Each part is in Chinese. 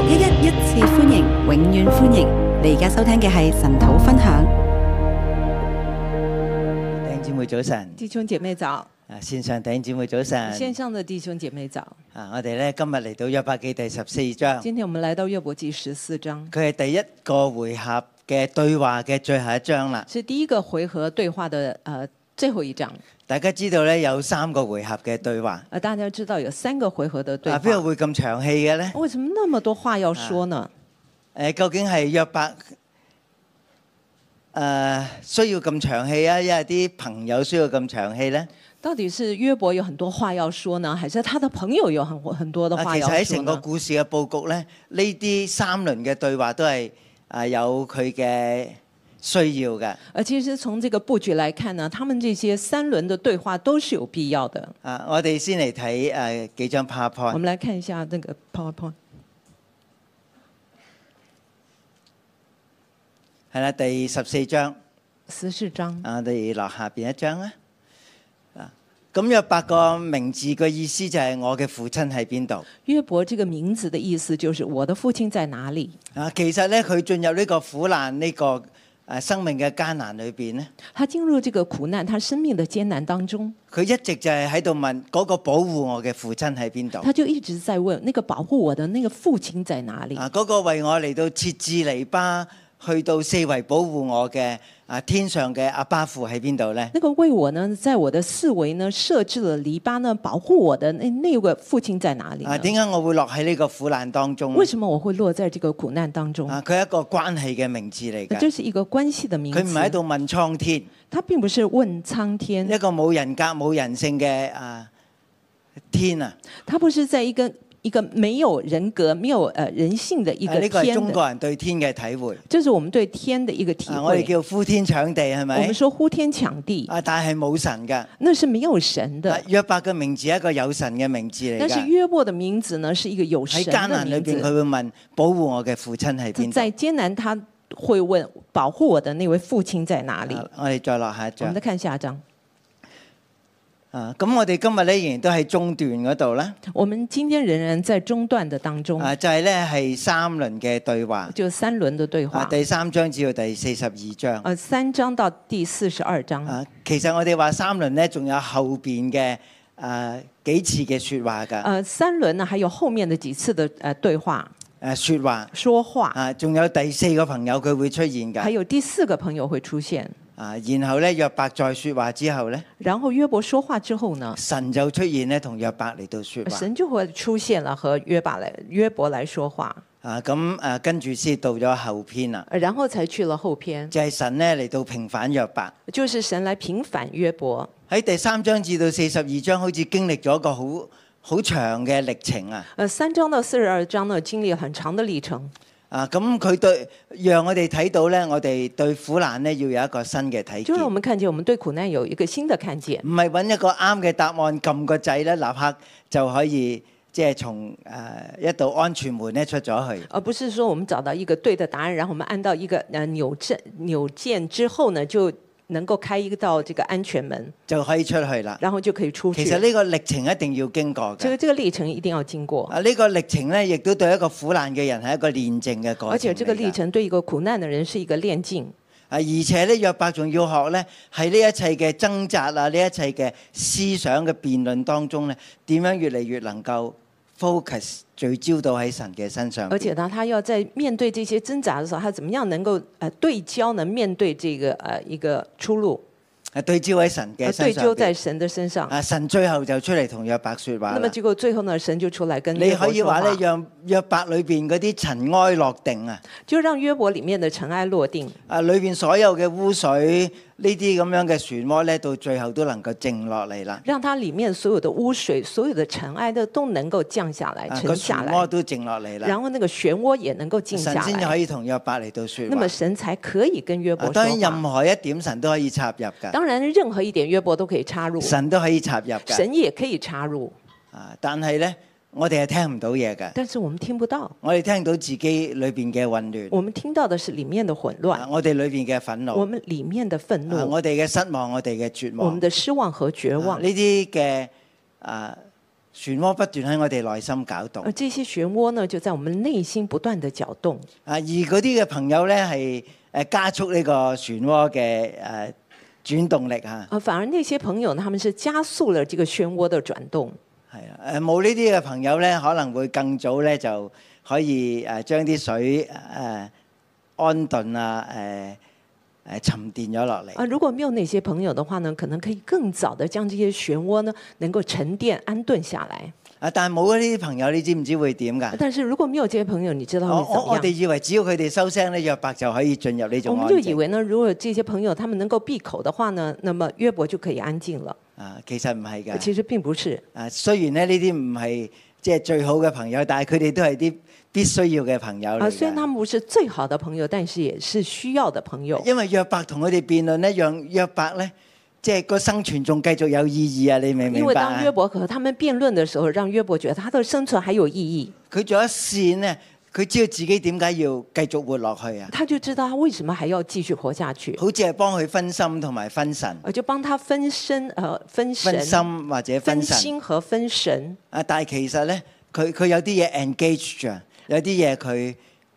一次歡迎，永遠歡迎！你而家收聽嘅係神土分享。 弟兄姊妹早晨， 弟兄姐妹早。 線上弟兄姊妹早晨， 線上的弟兄姐妹早。 我哋咧今日嚟到約伯記第14章。 今天我們來到約伯記14章。 佢係第一個回合嘅對話嘅最後一章啦。 是第一個回合對話的最後一章。 大家知道咧有3個回合嘅對話。 大家知道有3個回合的對話。 邊個會咁長氣嘅咧？ 為什麼那麼多話要說呢？ 究竟係約伯需要咁長氣啊，因為啲朋友需要咁長氣咧？ 到底是約伯有很多話要說呢，還是他的朋友有很多的話要說呢？ 其實喺成個故事嘅佈局咧，呢啲3輪嘅對話都係有佢嘅需要嘅。 其實從這個佈局來看呢，他們這些3輪的對話都是有必要的。 我哋先嚟睇幾張 PowerPoint。 我們來看一下那個 PowerPoint。 係啦，第14章。 14章。 我哋落下邊一張啦。咁約伯個名字嘅意思就係我嘅父親喺邊度？ 約伯這個名字的意思就是我的父親在哪裡？ 其實咧佢進入呢個苦難呢個生命嘅艱難裏邊咧， 他進入這個苦難，他生命的艱難當中， 佢一直就係喺度問嗰個保護我嘅父親喺邊度？ 他就一直在問那個保護我的那個父親在哪裡？ 嗰個為我嚟到設置籬笆，去到四圍保護我嘅天上嘅阿爸父喺邊度咧？ 那個為我呢，在我的四圍呢設置了籬笆呢，保護我的那個父親在哪裡？ 點解我會落喺呢個苦難當中？ 為什麼我會落在這個苦難當中？ 佢係一個關係嘅名字嚟嘅。 這是一個關係的名字。 佢唔係喺度問蒼天， 他並不是問蒼天， 一個冇人格冇人性嘅天啊！ 他不是在一個沒有人格、沒有人性的一個天的。 呢個係中國人對天嘅體會。 這是我們對天的一個體會。 我哋叫呼天搶地係咪？ 我們說呼天搶地。 但係冇神㗎。 那是沒有神的。 約伯嘅名字係一個有神嘅名字嚟㗎。 但是約伯的名字呢，是一個有神的名字。 喺艱難裏邊，佢會問保護我嘅父親喺邊度？ 在艱難，他會問保護我的那位父親在哪裡？ 我哋再落下一張。 我們再看下一張。 咁我哋今日咧仍然都喺中段嗰度啦。 我們今天仍然在中段的當中。 就係咧係3輪嘅對話。 就3輪的對話。 第3章至到第42章。 3章到第42章。 其實我哋話3輪咧，仲有後邊嘅幾次嘅説話㗎。 3輪呢，還有後面的幾次的對話。說話。 仲有第4個朋友佢會出現㗎。 還有第4個朋友會出現。 然後咧約伯再説話之後咧， 然後約伯說話之後呢， 神就出現咧同約伯嚟到説話， 神就會出現了和約伯來說話。 跟住先到咗後篇啦， 然後才去了後篇， 就係神咧嚟到平反約伯， 就是神來平反約伯。 喺第3章至到42章，好似經歷咗一個好長嘅歷程啊。 3章到42章呢，經歷很長的歷程。 咁佢讓我哋睇到咧，我哋對苦難咧要有一個新嘅睇見。 就讓我們看見，我們對苦難有一個新的看見。 唔係揾一個啱嘅答案，撳個掣咧，立刻就可以即係從一道安全門咧出咗去。 而不是說我們找到一個對的答案，然後我們按到一個紐鍵之後呢，就能夠開一道這個安全門， 就可以出去啦。 然後就可以出去。 其實呢個歷程一定要經過嘅。 這個歷程一定要經過。 呢個歷程咧，亦都對一個苦難嘅人係一個煉淨嘅過程。 而且這個歷程對一個苦難嘅人是一個煉淨。 而且咧，約伯仲要學咧，喺呢一切嘅掙扎啊，呢一切嘅思想嘅辯論當中咧，點樣越嚟越能夠 focus 聚焦到喺神嘅身上。 而且呢，他要在面對這些掙扎的時候，他怎麼樣能夠對焦呢？面對這個一個出路。 對焦喺神嘅身上， 對焦在神的身上。 神最後就出嚟同約伯說話。 那麼結果最後呢，神就出來跟約伯說話。 你可以話咧，讓約伯裏邊嗰啲塵埃落定啊！ 就讓約伯裡面的塵埃落定。 裏邊所有嘅污水呢啲咁樣嘅漩渦咧，到最後都能夠靜落嚟啦。 讓它裡面所有的污水、所有的塵埃都能夠降下來、沉下來。 個漩渦都靜落嚟啦。 然後那個漩渦也能夠靜下來。 神先可以同約伯嚟到說話。 那麼神才可以跟約伯說話。 當然任何一點神都可以插入㗎。 當然任何一點約伯都可以插入。 神都可以插入㗎。 神也可以插入。 但係咧。我哋係聽唔到嘢嘅， 但是我們聽不到。 我哋聽到自己裏邊嘅混亂。 我們聽到的是裡面的混亂。 我哋裏邊嘅憤怒。 我們裡面的憤怒。 我哋嘅失望，我哋嘅絕望。 我們的失望和絕望。 呢啲嘅漩渦不斷喺我哋內心攪動。 這些漩渦呢，就在我們內心不斷的攪動。 而嗰啲嘅朋友咧係加速呢個漩渦嘅轉動力嚇。 反而那些朋友呢，他們是加速了這個漩渦的轉動。 係啊，冇呢啲嘅朋友咧，可能會更早咧就可以將啲水安頓啊沉澱咗落嚟。 如果沒有那些朋友的話呢，可能可以更早的將這些漩渦呢能夠沉澱安頓下來。 但係冇呢啲朋友，你知唔知會點㗎？ 但是如果沒有這些朋友，你知道會怎麼樣？ 我哋以為只要佢哋收聲咧，約伯就可以進入呢種安靜。 我們就以為呢，如果這些朋友他們能夠閉口的話呢，那麼約伯就可以安靜了。 其實唔係㗎。 其實並不是。 雖然咧呢啲唔係即係最好嘅朋友，但係佢哋都係啲必須要嘅朋友嚟㗎。 雖然他們不是最好的朋友，但是也是需要的朋友。 因為約伯同佢哋辯論咧，讓約伯咧即係個生存仲繼續有意義啊！你明唔明白？ 因為當約伯和他們辯論的時候，讓約伯覺得他的生存還有意義。 佢做一線呢，佢知道自己點解要繼續活落去啊！ 他就知道他為什麼還要繼續活下去。 好似係幫佢分心同埋分神。 就幫他分身分神。 分心或者分神。 分心和分神。 但係其實咧，佢有啲嘢 engage 啊，有啲嘢佢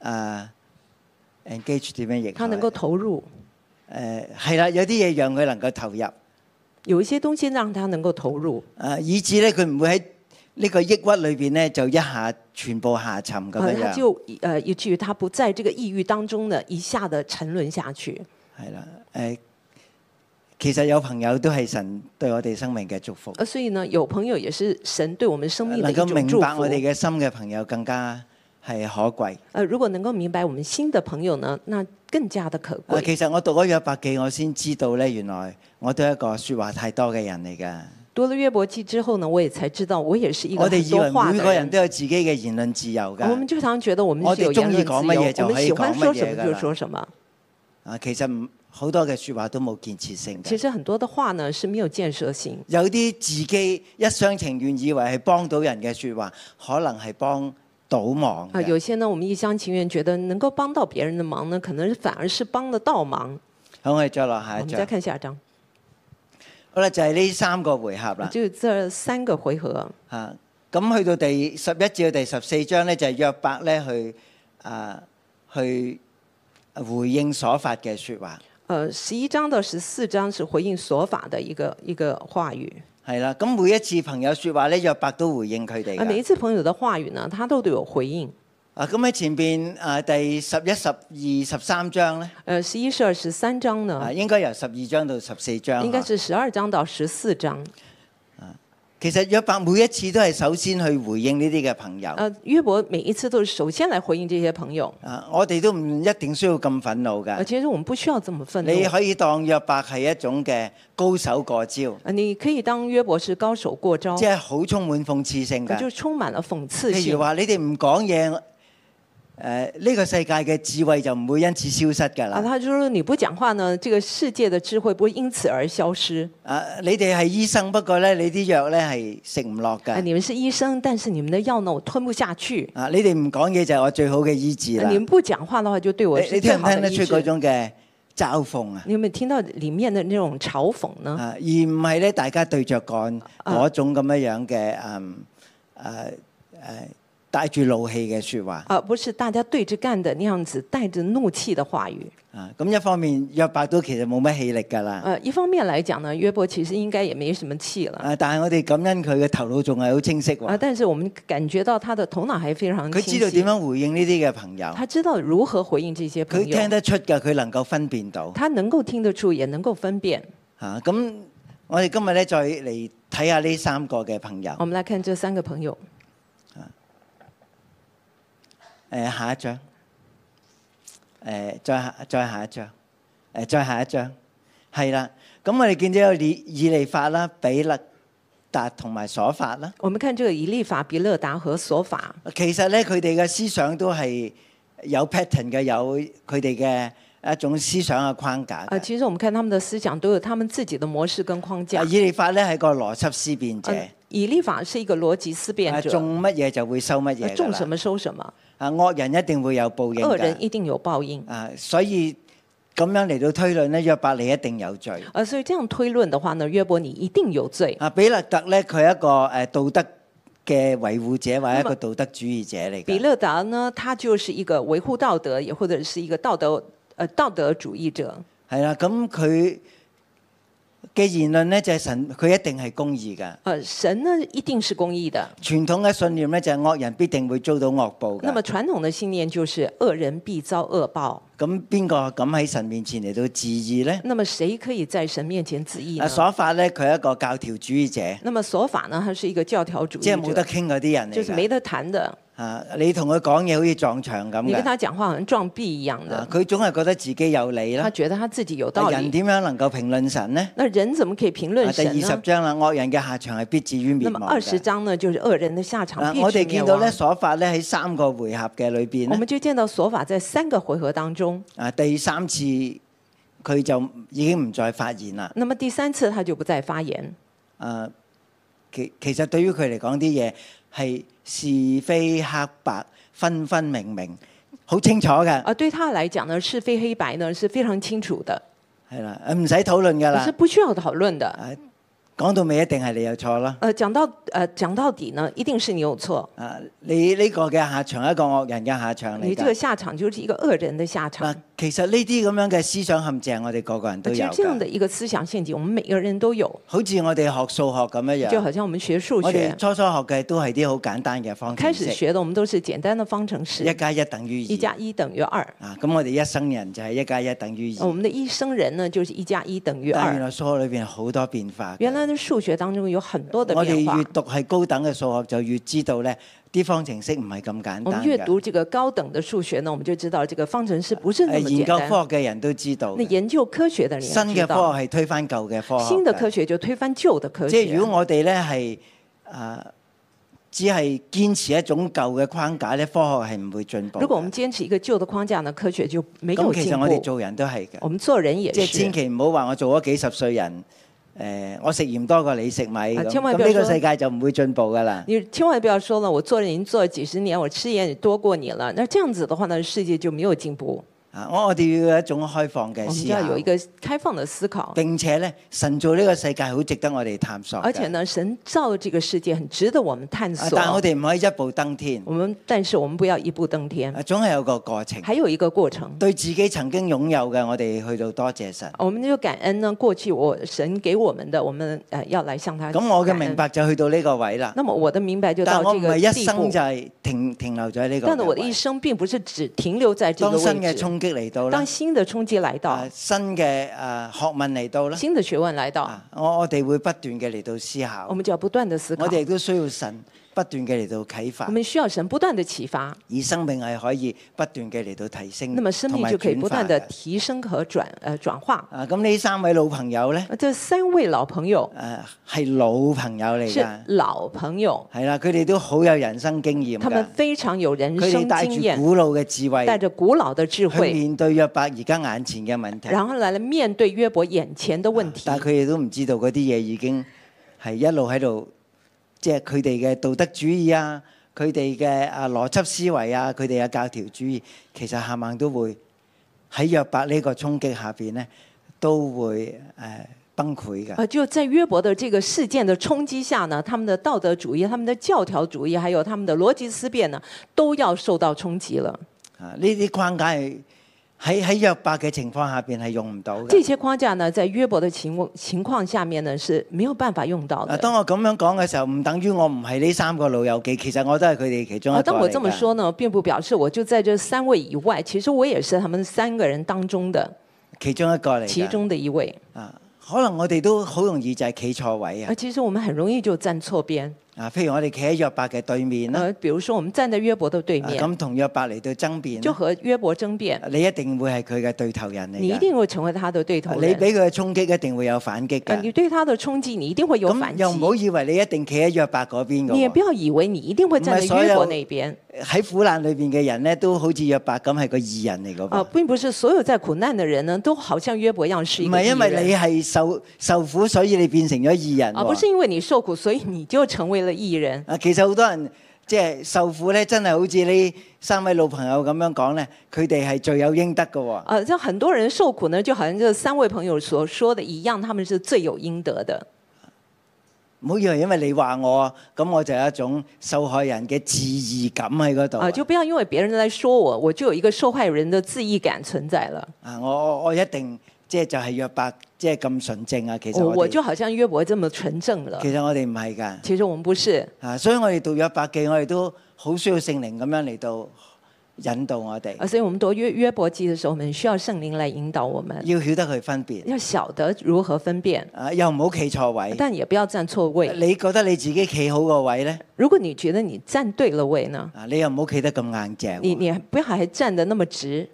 engage 點樣譯？ 他能夠投入。 係啦，有啲嘢讓佢能夠投入。 有一些東西讓他能夠投入。 以致咧佢唔會喺呢個抑鬱裏邊咧就一下全部下沉咁樣。 他就以至於他不在這個抑鬱當中呢，一下的沉淪下去。 係啦，其實有朋友都係神對我哋生命嘅祝福。 所以呢，有朋友也是神對我們生命的一種祝福。 能夠明白我哋嘅心嘅朋友更加係可貴。 如果能夠明白我們心的朋友呢，那更加的可貴。 其實我讀咗約伯記，我先知道咧，原來我都係一個説話太多嘅人嚟㗎。 讀了約伯記之後呢，我也才知道我也是一個很多話的人。 我哋以為每個人都有自己嘅言論自由㗎。 我們經常覺得我們是有言論自由， 我哋喜歡說什麼就說什麼。 其實好多嘅説話都冇建設性。 其實很多的話呢是沒有建設性。 有啲自己一廂情願以為係幫到人嘅説話，可能係幫倒忙。 有些呢，我們一廂情願覺得能夠幫到別人的忙呢，可能反而是幫得倒忙。 好，我哋再落下一章。 我們再看下一章。 好啦，就係呢3個回合啦。 就這3個回合。 咁去到第11至到第14章咧，就係約伯咧去回應所發嘅説話。 11章到14章是回應所發的一個話語。係啦，咁每一次朋友説話咧，約伯都回應佢哋。 每一次朋友的話語呢，他都有回應。 咁喺前邊第11、12、13章咧 ？11、12、13章呢？ 應該由12章到14章。 應該是12章到14章。 其實約伯每一次都係首先去回應呢啲嘅朋友。 約伯每一次都是首先來回應這些朋友。 我哋都唔一定需要咁憤怒㗎。 其實我們不需要這麼憤怒。 你可以當約伯係一種嘅高手過招。 你可以當約伯是高手過招。 即係好充滿諷刺性㗎。 就充滿了諷刺性。 譬如話你哋唔講嘢。呢個世界嘅智慧就唔會因此消失㗎啦。 他就說你不講話呢，這個世界的智慧不會因此而消失。 你哋係醫生，不過咧你啲藥咧係食唔落㗎。 你們是醫生，但是你們的藥呢我吞不下去。 你哋唔講嘢就係我最好嘅醫治啦。 你們不講話的話就對我是最好的醫治。 你聽唔聽得出嗰種嘅嘲諷啊？ 你有冇聽到裡面的那種嘲諷呢？ 而唔係咧大家對着幹嗰種咁樣嘅帶住怒氣嘅説話， 不是大家對着幹的那樣子帶着怒氣的話語。 咁一方面約伯都其實冇乜氣力㗎啦。 一方面來講呢，約伯其實應該也沒什麼氣了。 但係我哋感恩佢嘅頭腦仲係好清晰喎。 但是我們感覺到他的頭腦還非常清晰。 佢知道點樣回應呢啲嘅朋友。 他知道如何回應這些朋友。 佢聽得出㗎，佢能夠分辨到。 他能夠聽得出，也能夠分辨。 咁我哋今日咧再嚟睇下呢3個嘅朋友。 我們來看這3個朋友。 下一章，再下一章，再下一章，係啦。咁我哋見到有以利法啦、比勒達同埋所法啦。 我們看這個以利法、比勒達和所法。 其實咧，佢哋嘅思想都係有 pattern 嘅，有佢哋嘅一種思想嘅框架。 其實我們看他們的思想都有他們自己的模式跟框架。 以利法咧係個邏輯思辨者。 以利法是一個邏輯思辨者。 種乜嘢就會收乜嘢。 種什麼收什麼。 惡人一定會有報應。 惡人一定有報應。 所以咁樣嚟到推論咧，約伯你一定有罪。 所以這樣推論的話呢，約伯你一定有罪。 比勒達咧，佢係一個道德嘅維護者或者一個道德主義者嚟嘅。 比勒達呢，他就是一個維護道德，也或者是一個道德主義者。 係啦，咁佢嘅言論呢，就係神，佢一定係公義㗎。 神呢一定是公義的。 傳統嘅信念呢，就係惡人必定會遭到惡報㗎。 那麼傳統的信念就是惡人必遭惡報。 咁邊個敢喺神面前嚟到自義呢？ 那麼誰可以在神面前自義呢？ 所法呢，佢係一個教條主義者。 那麼所法呢，他是一個教條主義者， 即係冇得傾嗰啲人嚟㗎。 就是沒得談的。 你同佢講嘢好似撞牆咁嘅。 你跟他講話好像撞壁一樣的。 佢總係覺得自己有理啦。 他覺得他自己有道理。 人點樣能夠評論神呢？ 那人怎麼可以評論神呢？ 第20章啦，惡人嘅下場係必至於滅亡。 那麼20章呢，就是惡人的下場必至於滅亡。 我哋見到咧，所法咧喺3個回合嘅裏邊， 我們就見到所法在3個回合當中。 第3次佢就已經唔再發言啦。 那麼第3次他就不再發言。 其實對於佢嚟講啲嘢係是非黑白分分明明，好清楚嘅。 對他來講呢，是非黑白呢是非常清楚的。 係啦，唔使討論㗎啦。 是不需要討論的。 講到尾一定係你有錯啦。 講到底呢，一定是你有錯。 你呢個嘅下場係一個惡人嘅下場嚟㗎。 你這個下場就是一個惡人的下場。 其實呢啲咁樣嘅思想陷阱，我哋個個人都有㗎。 其實這樣的一個思想陷阱，我們每個人都有。 好似我哋學數學咁樣樣。 就好像我們學數學。 我哋初學嘅都係啲好簡單嘅方程式。 開始學的我們都是簡單的方程式。 1加1等於2。 1加1等於2。 咁我哋一生人就係1加1等於2。 我們的一生人呢，就是1加1等於2。 但原來數學裏邊好多變化。 原來的數學當中有很多的變化。 我哋越讀係高等嘅數學，就越知道咧啲方程式唔係咁簡單。 我們越讀這個高等的數學呢，我們就知道這個方程式不是那麼簡單。 研究科學嘅人都知道。 那研究科學的人新嘅科學係推翻舊嘅科學。 新的科學就推翻舊的科學。 即係如果我哋咧係只係堅持一種舊嘅框架咧，科學係唔會進步。 如果我們堅持一個舊的框架呢，科學就沒有進步。 咁其實我哋做人都係嘅。 我們做人也是。 即係千祈唔好話我做咗幾十歲人。我食鹽多過你食米咁， 千萬不要說呢個世界就唔會進步噶啦。 你千萬不要說了，我做人已經做了幾十年，我吃鹽也多過你了。那這樣子的話呢，世界就沒有進步。 我哋要有一種開放嘅思考。 我們就要有一個開放的思考。 並且咧，神造呢個世界好值得我哋探索。 而且呢，神造這個世界很值得我們探索。 但係我哋唔可以一步登天。 但是我們不要一步登天。 總係有個過程。 還有一個過程。 對自己曾經擁有嘅，我哋去到多謝神。 我們就感恩呢，過去神給我們的，我們要來向他感恩。 咁我嘅明白就去到呢個位啦。 那麼我的明白就到這個地步。 但我唔係一生就係停留在呢個位。 但係我的一生並不是只停留在這個位置。 當新嘅衝擊嚟到啦。 新的衝擊來到， 新嘅學問嚟到啦， 新的學問來到， 我哋會不斷嘅嚟到思考， 我們就要不斷的思考， 我哋亦都需要神不斷嘅嚟到啟發， 我們需要神不斷的啟發， 而生命係可以不斷嘅嚟到提升， 那麼生命就可以不斷的提升和轉化。 咁呢3位老朋友咧， 這3位老朋友， 係老朋友嚟㗎， 是老朋友， 係啦，佢哋都好有人生經驗， 他們非常有人生經驗， 佢哋帶住古老嘅智慧， 帶着古老的智慧去面對約伯而家眼前嘅問題， 然後來面對約伯眼前的問題， 但係佢哋都唔知道嗰啲嘢已經係一路喺度。即係佢哋嘅道德主義啊，佢哋嘅邏輯思維啊，佢哋嘅教條主義，其實冚唪唥都會喺約伯呢個衝擊下邊咧，都會崩潰嘅。 就在約伯的這個事件的衝擊下呢，他們的道德主義、他們的教條主義，還有他們的邏輯思辨呢，都要受到衝擊了。 呢啲框架係喺約伯嘅情況下邊係用唔到嘅。 這些框架呢，在約伯的情況下面呢，是沒有辦法用到的。 當我咁樣講嘅時候，唔等於我唔係呢3個老友記，其實我都係佢哋其中一個嚟嘅。 當我這麼說呢，並不表示我就在這3位以外，其實我也是他們3個人當中的其中一個嚟。 其中的一位。 可能我哋都好容易就係企錯位啊。 其實我們很容易就站錯邊。 譬如我哋企喺約伯嘅對面啦。 比如說我們站在約伯的對面。 咁同約伯嚟到爭辯。 就和約伯爭辯。 你一定會係佢嘅對頭人嚟。 你一定會成為他的對頭人。 你俾佢嘅衝擊一定會有反擊㗎。 你對他的衝擊，你一定會有反擊。 又唔好以為你一定企喺約伯嗰邊㗎。 你也不要以為你一定會站在約伯那邊。 喺苦難裏邊嘅人呢，都好似約伯咁係個義人嚟㗎。 並不是所有在苦難的人呢，都好像約伯一樣是一個義人。 唔係因為你係受苦，所以你變成咗義人。 不是因為你受苦，所以你就成為了義人。 其實好多人即係受苦咧，真係好似呢3位老朋友咁樣講咧，佢哋係罪有應得㗎。 像很多人受苦呢，就好像這3位朋友所說的一樣，他們是罪有應得的。 唔好以為因為你話我，咁我就有一種受害人嘅自義感喺嗰度。 就不要因為別人來說我，我就有一個受害人的自義感存在了。 我一定就係約伯咁純正啊！其實我就好像約伯這麼純正了。 其實我哋唔係㗎。 其實我們不是。 所以我哋讀約伯記，我哋都好需要聖靈咁樣嚟到引導我哋。 所以我們讀約伯記嘅時候，我們需要聖靈來引導我們。 要曉得去分辨。 要曉得如何分辨。 又唔好企錯位。 但也不要站錯位。 你覺得你自己企好個位呢？ 如果你覺得你站對了位呢？ 你又唔好企得咁硬淨。 你不要還站得那麼直。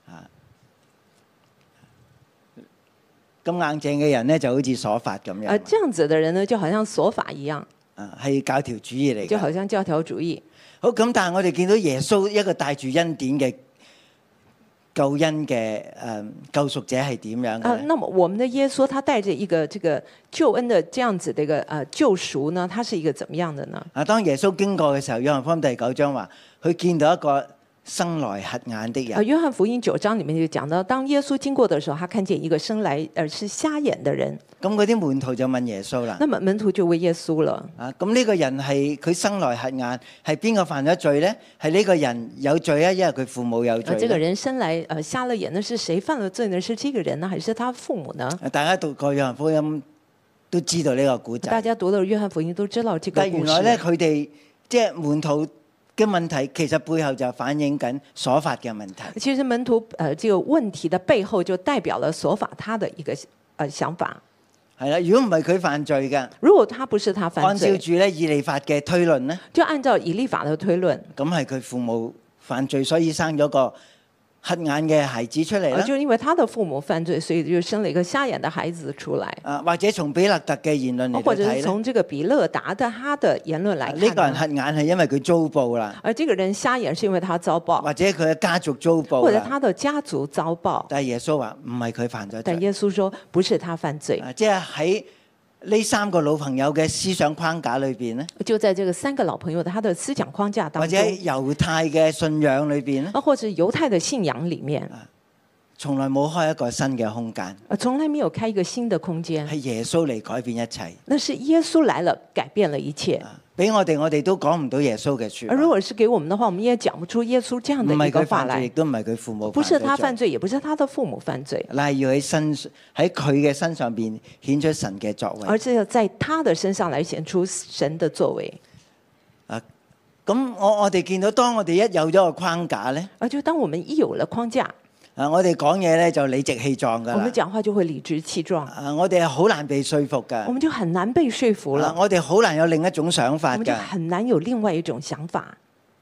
咁硬淨嘅人呢，就好似瑣法咁樣。 這樣子的人呢，就好像瑣法一樣。 係教條主義嚟嘅。 就好像教條主義。 好，咁但係我哋見到耶穌一個帶住恩典嘅救恩嘅救贖者係點樣嘅？ 那麼我們的耶穌，他帶着一個這個救恩的這樣子的一個救贖呢，他是一個怎麼樣的呢？ 當耶穌經過嘅時候，約翰福音第9章話，佢見到一個生來瞎眼的人。 約翰福音9章裡面就講到，當耶穌經過的時候，他看見一個生來是瞎眼的人。 咁嗰啲門徒就問耶穌啦。 那麼門徒就問耶穌了。 咁呢個人係佢生來瞎眼，係邊個犯咗罪呢？係呢個人有罪啊，因為佢父母有罪。 這個人生來瞎了眼，那是誰犯了罪呢？是這個人呢，還是他父母呢？ 大家讀過約翰福音都知道呢個古仔。 大家讀到約翰福音都知道這個故事。 但原來咧，佢哋即係門徒嘅問題，其實背後就反映緊瑣法嘅問題。 其實門徒這個問題的背後就代表了瑣法他的一個想法。 係啦，如果唔係佢犯罪嘅， 如果他不是他犯罪， 按照住咧以利法嘅推論咧， 就按照以利法嘅推論， 咁係佢父母犯罪，所以生咗個瞎眼嘅孩子出嚟啦。 就因為他的父母犯罪，所以就生了一個瞎眼的孩子出來。 或者從比勒特嘅言論嚟睇， 或者是從這個比勒達的他的言論來看， 呢個人瞎眼係因為佢遭報啦。 而這個人瞎眼是因為他遭報， 或者佢嘅家族遭報， 或者他的家族遭報。 但係耶穌話唔係佢犯咗罪。 但耶穌說不是他犯罪。 即係喺呢3個老朋友嘅思想框架裏邊咧， 就在這個3個老朋友他的思想框架當中， 或者猶太嘅信仰裏邊咧， 或者猶太的信仰裡面， 從來冇開一個新嘅空間， 從來沒有開一個新的空間， 係耶穌嚟改變一切。 那是耶穌來了，改變了一切。 俾我哋都講唔到耶穌嘅説話。 如果是給我們的話，我們也講不出耶穌這樣的一個話來。 亦都唔係佢父母， 不是他犯罪，也不是他的父母犯罪， 乃係要喺佢嘅身上邊顯出神嘅作為， 而是要在他的身上來顯出神的作為。 咁我哋見到，當我哋一有咗個框架咧， 就當我們一有了框架， 我哋講嘢咧就理直氣壯噶啦。 我們講話就會理直氣壯。 我哋係好難被說服噶。 我們就很難被說服了。 我哋好難有另一種想法㗎。 我們就很難有另外一種想法。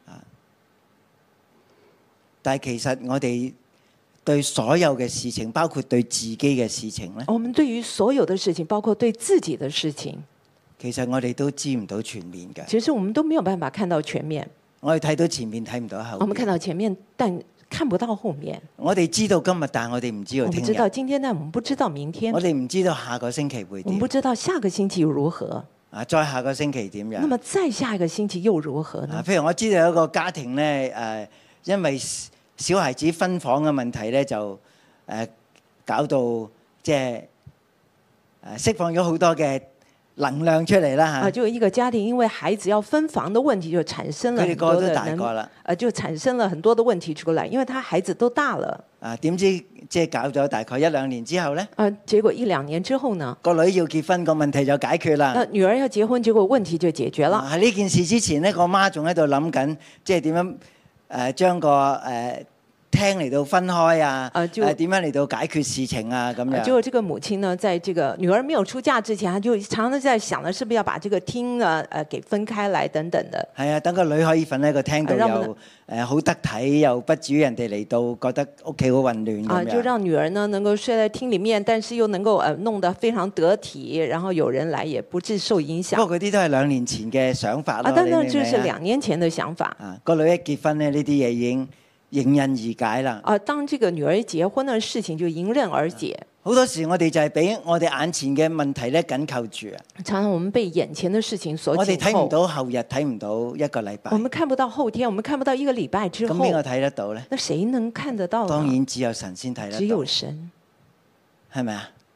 但係其實我哋對所有嘅事情，包括對自己嘅事情咧， 我們對於所有的事情，包括對自己的事情， 其實我哋都知唔到全面嘅。 其實我們都沒有辦法看到全面。 我哋睇到前面，睇唔到後面。 我們看到前面，但看不到後面。 我哋知道今日，但我哋唔知道聽日。 我們知道今天，但我們不知道明天。 我哋唔知道下個星期會點。 我們不知道下個星期如何。 再下個星期點樣？ 那麼再下一個星期又如何呢？ 譬如我知道有一個家庭咧，因為小孩子分房嘅問題咧，就搞到即係釋放咗好多嘅能量出嚟啦嚇。 就一個家庭因為孩子要分房的問題，就產生了很多的佢哋個個都大個啦。 就產生了很多的問題出來，因為他孩子都大了。 點知即係搞咗大概1-2年之後咧？ 結果1-2年之後呢？ 個女要結婚，個問題就解決啦。 女兒要結婚，結果問題就解決了。 喺呢件事之前呢，個媽仲喺度諗緊，即係點樣將個廳嚟到分開啊？點樣嚟到解決事情啊？咁樣。 結果這個母親呢，在這個女兒沒有出嫁之前，她就常常在想呢，是不是要把這個廳啊給分開來等等的。 係啊，等個女可以瞓喺個廳度，又好得體，又不至於人哋嚟到覺得屋企好混亂咁樣。 就讓女兒呢能夠睡在廳裡面，但是又能夠弄得非常得體，然後有人來也不致受影響。 不過嗰啲都係2年前嘅想法咯。 但係就是2年前的想法。 個女一結婚呢，呢啲嘢已經迎刃而解啦。 當這個女兒結婚的事情就迎刃而解。 好多時我哋就係俾我哋眼前嘅問題咧緊扣住啊。 常常我們被眼前的事情所緊扣。 我哋睇唔到後日，睇唔到一個禮拜。 我們看不到後天，我們看不到一個禮拜之後。 咁邊個睇得到咧？ 那誰能看得到呢？ 當然只有神先睇得到。 只有神， 係咪啊？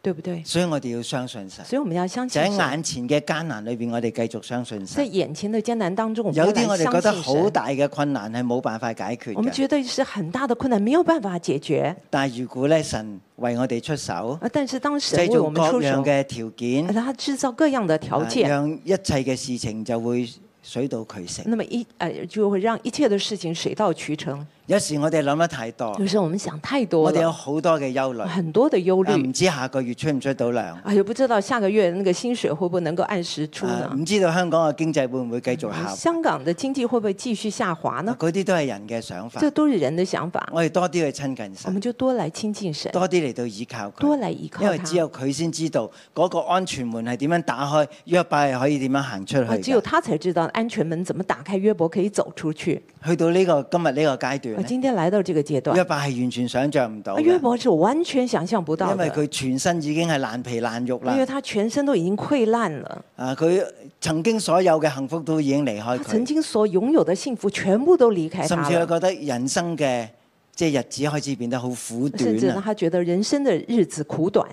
對不對？ 所以我哋要相信神。 所以我們要相就喺信神。 眼前嘅艱難裏邊，我哋繼續相信在神。 眼前的艱難當中，我們有要啲我哋覺得來相信神。 好大嘅困難係冇辦法解決我們嘅， 覺得是很大的困難，沒有辦法解決。 但係如果咧神為我哋出手， 但是當神製造為我們出手， 各樣嘅條件， 他製造各樣的條件， 讓一切嘅事情就會水到渠成。 那麼就會讓一切的事情水到渠成。 有時我哋諗得太多， 有時我們想太多我哋有了， 好多嘅憂慮， 很多的憂唔慮。 知下個月出唔出到糧， 也不知道下個月那個薪水會不會能夠按時出呢？ 唔知道香港嘅經濟會唔會繼續下滑， 香港的經濟會不會繼續下滑呢？ 嗰啲都係人嘅想法。 這都是人的想法。 我哋多啲去親近我神們，就多來親近神， 多啲嚟到依靠佢， 多來依靠因為只有他。 佢先知道嗰個安全門係點樣打開，約伯係可以點樣行出去嘅。 只有他才知道安全門怎麼打開，約伯可以走出去。 去到今日呢個階段呢， 今天來到這個階段， 約伯係完全想象唔到嘅， 約伯是完全想象不到因為的， 佢全身已經係爛皮爛肉啦。 因為他全身都已經潰爛了， 佢曾經所有嘅幸福都已經離開他曾佢， 經所擁有的幸福全部都離開甚至佢他了， 覺得人生嘅日子開始變得好苦甚至讓短啊！ 他覺得人生的日子苦短，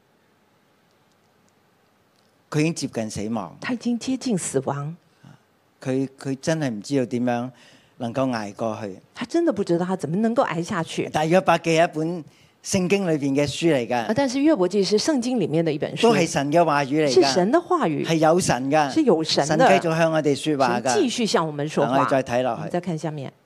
佢已經接近死亡， 他已經接近死亡， 佢真係唔知道點樣能夠捱過去。 他真的不知道他怎麼能夠捱下去。 但係約伯記係一本聖經裏邊嘅書嚟㗎， 但是約伯記是聖經裡面的一本書， 都係神嘅話語嚟㗎， 是神的話語， 係有神㗎， 是有神神的。 繼續向我哋説話㗎。 神繼續向我們說嗱，我話。 哋再睇落去我們再看下面。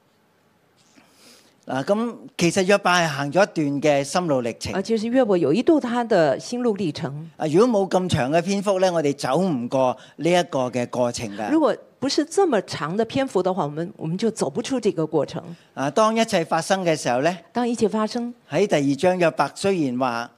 嗱，咁其實約伯係行咗一段嘅心路歷程。 就是約伯有一度他的心路歷程。 如果冇咁長嘅篇幅咧，我哋走唔過呢一個嘅過程㗎。 如果不是這麼長的篇幅的話，我們就走不出這個過程。 當一切發生嘅時候咧， 當一切發生， 喺第二章約伯雖然話，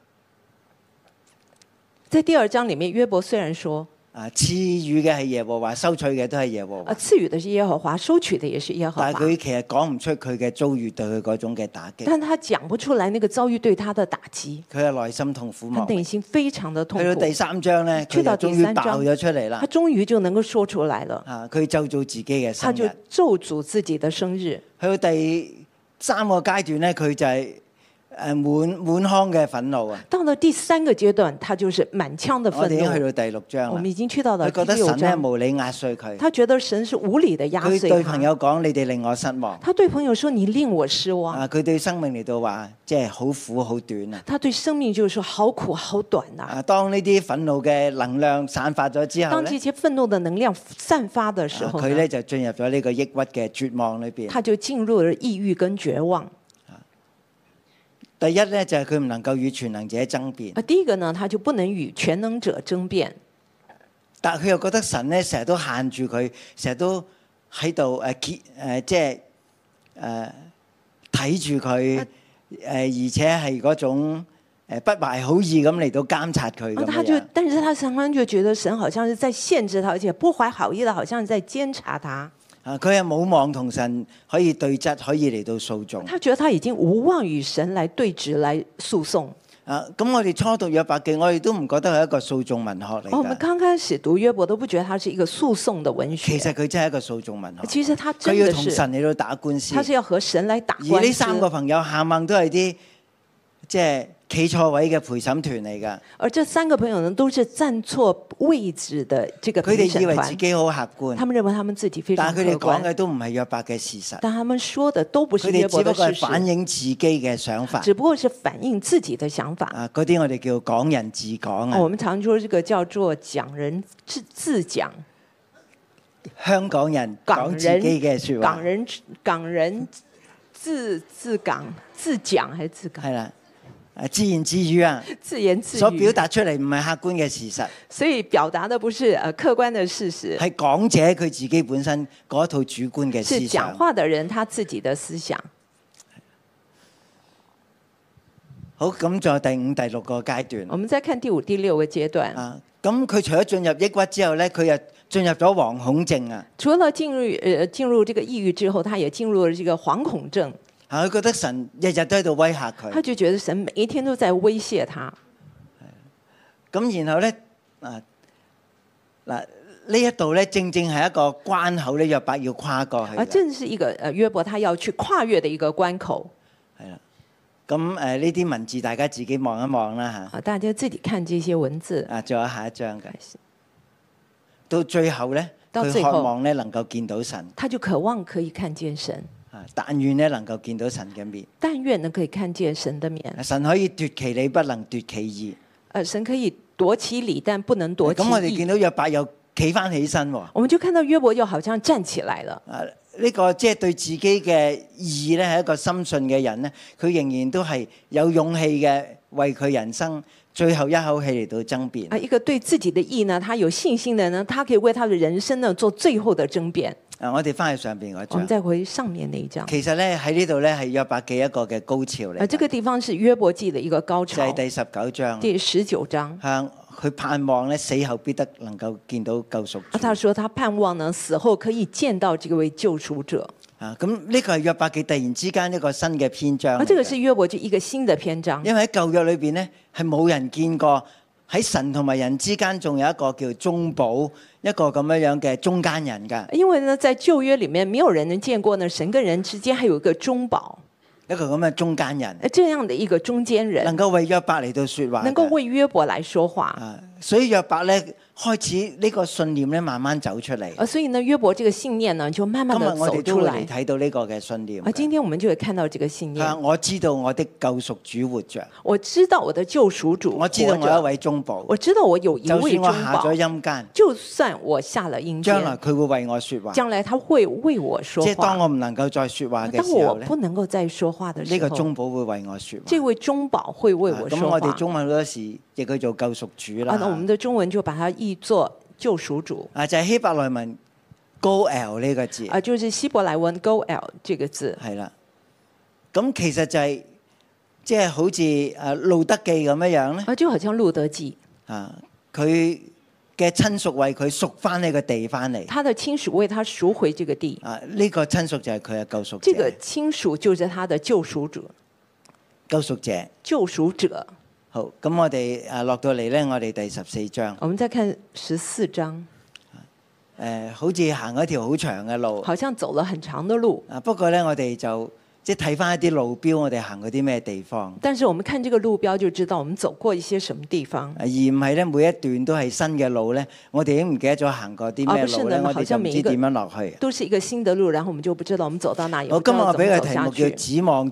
在第二章裡面，約伯雖然說， 賜予嘅係耶和華，收取嘅都係耶和華。 賜予的是耶和華，收取的也是耶和華。 但係佢其實講唔出佢嘅遭遇對佢嗰種嘅打擊。 但他講不出來那個遭遇對他的打擊。 佢嘅內心痛苦他莫名。 內心非常的痛苦。 去到第三章咧，佢就終於爆咗出嚟啦。 他終於就能夠說出來了。 佢咒詛自己嘅生日。 他就咒詛自己的生日。 去到第三個階段咧，佢就係滿腔嘅憤怒啊！ 到了第三個階段，他就是滿腔的憤怒。 我哋已經去到第六章。 我們已經去到了第六章。 佢覺得神咧無理壓碎佢。 他覺得神是無理的壓碎他。 佢對朋友講：你哋令我失望。 他對朋友說：你令我失望。 佢對生命嚟到話，即係好苦好短啊！ 他對生命就是說好苦好短啊！ 當呢啲憤怒嘅能量散發咗之後當這些憤怒的能量散發的時候， 佢咧就進入咗呢個抑鬱嘅絕望裏邊。 他就進入了抑鬱跟絕望。 第一咧就係佢唔能夠與全能者爭辯。 第一個呢，他就不能與全能者爭辯。 但係佢又覺得神咧成日都限住佢，成日都喺度即係睇住佢，而且係嗰種不懷好意咁嚟到監察佢咁樣。 但是他常常就覺得神好像是在限制他，而且不懷好意的，好像是在監察他。 佢係冇望同神可以對質，可以嚟到訴訟。 他覺得他已經無望與神來對質、來訴訟。 咁我哋初讀約伯記，我哋都唔覺得係一個訴訟文學嚟㗎。 我們剛開始讀約伯都不覺得它是一個訴訟的文學。 其實佢真係一個訴訟文學。 其實他真佢要的是同神嚟到打官司。 他是要和神來打官司。 而呢三個朋友冚唪都係啲即係企錯位嘅陪審團嚟㗎。 而這三個朋友呢，都是站錯位置的這個陪審團。 佢哋以為自己好客觀， 他們認為他們自己非常客觀。 但係佢哋講嘅都唔係約伯嘅事實。 但他們說的都不是佢哋約伯的事實。 只不過係反映自己嘅想法。 只不過是反映自己的想法。 嗰啲我哋叫港人自講啊。 我們常說這個叫做講人自講。 香港人講自己嘅説話。 港人自講還是自講？ 係啦。自言自語啊， 自言自語所表達出嚟唔係客觀嘅事實， 所以表達的不是客觀的事實， 係講者佢自己本身嗰套主觀嘅思想。 是講話的人他自己的思想。 好，咁仲有第五、第六個階段。 我們再看第五、第六個階段。 咁佢除咗進入抑鬱之後咧，佢又進入咗惶恐症啊。 除了進入這個抑鬱之後，他也進入了這個惶恐症。 佢覺得神日日都喺度威嚇佢， 他就覺得神每一天都在威脅他。 咁然後咧，呢一度咧，正正係一個關口咧，約伯要跨過去。 正是一個約伯他要去跨越的一個關口。 係啦， 咁呢啲文字大家自己望一望啦嚇。 大家自己看這些文字。 仲有下一章嘅。到最後咧，佢渴望咧能夠見到神。 他就渴望可以看見神。 但願咧能夠見到神嘅面。 但願能可以看見神的面。 神可以奪其理，不能奪其義。 神可以奪其理，但不能奪其義。 咁我哋見到約伯又企翻起身喎。 我們就看到約伯又好像站起來了。 呢個即係對自己嘅義咧係一個深信嘅人咧，佢仍然都係有勇氣嘅，為佢人生最後一口氣嚟到爭辯。 一個對自己的義呢，他有信心的呢，他可以為他的人生呢做最後的爭辯。 我哋翻去上邊嗰章。 我們再回上面那一章。 其實咧喺呢度咧係約伯記一個嘅高潮嚟。 這個地方是約伯記的一個高潮。 就係第19章。 第19章。 佢盼望咧死後必得能夠見到救贖主。 他說他盼望呢死後可以見到這位救贖者。 咁呢個係約伯記突然之間一個新嘅篇章。 這個是約伯記一個新的篇章。 因為喺舊約裏邊呢，係冇人見過喺神同埋人之間仲有一個叫中保，一個咁樣嘅中間人㗎。 因為呢，在舊約裡面，沒有人能見過呢神跟人之間還有一個中保。 一個咁嘅中間人， 這樣的一個中間人， 能夠為約伯嚟到說話， 能夠為約伯來說話。 所以約伯咧開始呢個信念咧慢慢走出嚟。 所以呢約伯這個信念呢就慢慢的走出來。今日我哋都會睇到呢個嘅信念。 今天我們就會看到這個信念。 我知道我的救贖主活着。 我知道我的救贖主活着。 我知道我有一位中保。 我知道我有一位中保。 就算我下咗陰間， 就算我下了陰間， 將來佢會為我說話。 將來他會為我說話。 即係當我唔能夠再說話嘅時候， 當我不能夠再說話的時候， 呢個中保會為我說話。 這位中保會為我說話。 咁我哋中文好多時亦叫做救贖主啦。 那我們的中文就把它譯作救贖主。 就係希伯來文 Goel 呢個字。 就是希伯來文 Goel 這個字。 係啦。咁其實就係即係好似路德記咁樣樣咧。 就好像路德記。 佢嘅親屬為佢贖翻呢個地翻嚟。 他的親屬為他贖回這個地。 呢個親屬就係佢嘅救贖者。 這個親屬就是他的救贖者。 救贖者。 救贖者。 好，咁我哋落到嚟咧，我哋第14章。 我們再看14章。 好似行咗一條好長嘅路。 好像走了很長的路。 不過咧，我哋就即係睇翻一啲路標，我哋行過啲咩地方。 但是我們看這個路標就知道我們走過一些什麼地方。 而唔係咧，每一段都係新嘅路咧，我哋已經唔記得咗行過啲咩路咧，我哋就唔知點樣落去。 都是一個新的路，然後我們就不知道我們走到哪裡。 我今日我俾個題目叫指望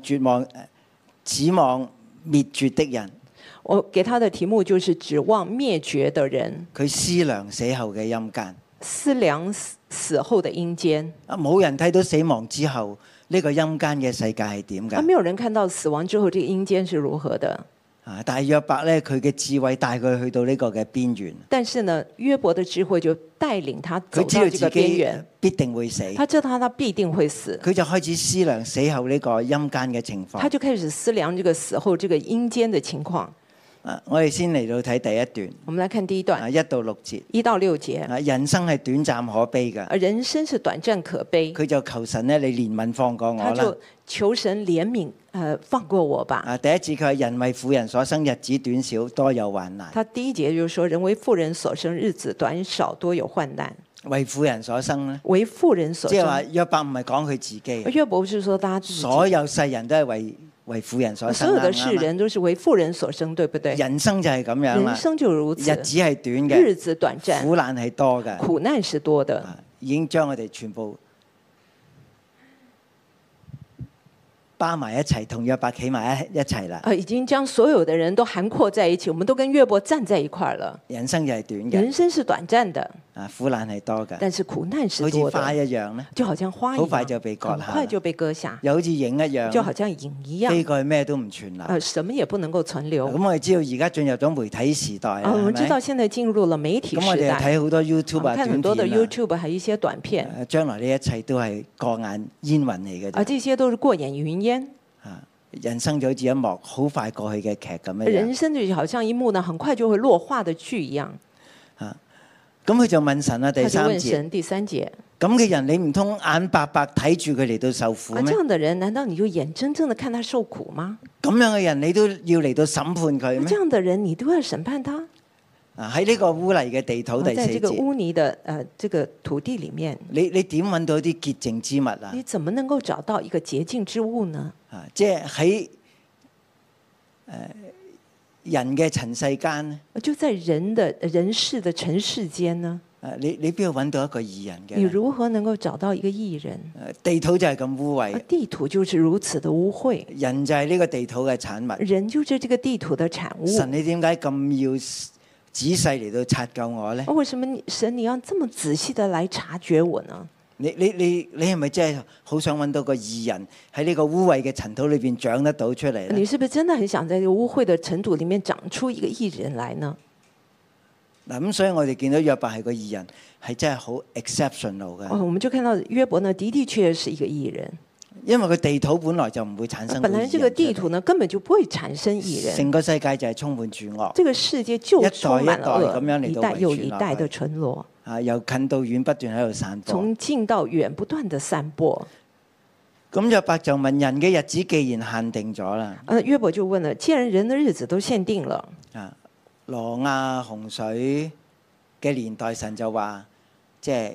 滅絕的人。 我給他的題目就是指望滅絕的人。 佢思量死後嘅陰間。 思量死後的陰間。 冇人睇到死亡之後呢個陰間嘅世界係點㗎？ 沒有人看到死亡之後這個陰間是如何的。 但係約伯咧，佢嘅智慧帶佢去到呢個嘅邊緣。 但是呢，約伯的智慧就帶領他走到這個邊緣。 必定會死。 他知道他必定會死。 佢就開始思量死後呢個陰間嘅情況。 他就開始思量這個死後這個陰間的情況。 我哋先嚟到睇第一段。 我們來看第一段 1到6節。 1到6節。 人生係短暫可悲嘅。 人生是短暫可悲。 佢就求神咧，你憐憫放過我啦。 他就求神憐憫，放過我吧。 第一節佢係人為婦人所生，日子短少，多有患難。 他第一節就是說，人為婦人所生，日子短少，多有患難。 為婦人所生咧？ 為婦人所生。 即係話約伯唔係講佢自己。 約伯不是說他自己。 所有世人都係為婦人所生。 所有的世人都是為婦人所生，對不對？ 人生就係咁樣啦。 人生就如此。 日子係短嘅。 日子短暫。 苦難係多嘅。 苦難是多的。 已經將我哋全部包埋一齊，同約伯企埋一齊啦。 已經將所有的人都涵括在一起，我們都跟約伯站在一塊了。 人生就係短嘅。 人生是短暫的。 苦難係多嘅。 但是苦難是多的。 好似花一樣咧。 就好像花一樣。 好快就被割下。 很快就被割下。 又好似影一樣。 就好像影一樣。 飛過去咩都唔存留。 什麼也不能夠存留。 咁我哋知道而家進入咗媒體時代啦。 我們知道現在進入了媒體時代。 咁我哋睇好多 YouTube 啊， 看很多的 YouTube，還有一些短片。 將來呢一切都係過眼煙雲嚟嘅。 這些都是過眼雲煙。 人生就好似一幕好快過去嘅劇咁樣。 人生就好像一幕呢，很快就會落畫的劇一樣。 咁佢就問神啊，第三節。 他就問神第3節。 咁嘅人，你唔通眼白白睇住佢嚟到受苦咩？ 這樣的人，難道你就眼睜睜的看他受苦嗎？ 咁樣嘅人，你都要嚟到審判佢咩？ 這樣的人，你都要審判他？ 喺呢個污泥嘅地土第4節。 在這個污泥的這個土地裡面， 你點揾到啲潔淨之物啊？ 你怎麼能夠找到一個潔淨之物呢？ 即係喺人嘅塵世間咧， 就在人世的塵世間呢， 你邊度揾到一個義人嘅？ 你如何能夠找到一個義人？ 地土就係咁污穢， 地土就是如此的污穢， 人就係呢個地土嘅產物。 人就是這個地土的產物。 神，你點解咁要仔細嚟到察究我咧？ 為什麼神你要這麼仔細的來察覺我呢？ 你係咪真係好想揾到個義人喺呢個污穢嘅塵土裏邊長得到出嚟咧？ 你是不是真的很想在這個污穢的塵土裡面長出一個義人來呢？ 嗱，咁所以我哋見到約伯係個義人，係真係好 exceptional 嘅。 我們就看到約伯呢，的確是一個義人， 因為個地土本來就唔會產生。 本來這個地土呢，根本就不會產生義人。 成個世界就係充滿住惡。 這個世界就充滿了惡， 一代一代咁樣嚟到一代又一代的存落。 由近到遠不斷喺度散播。 從近到遠不斷的散播。 咁約伯就問：人嘅日子既然限定咗啦， 約伯就問了：既然人的日子都限定了， 挪亞洪水嘅年代，神就話即係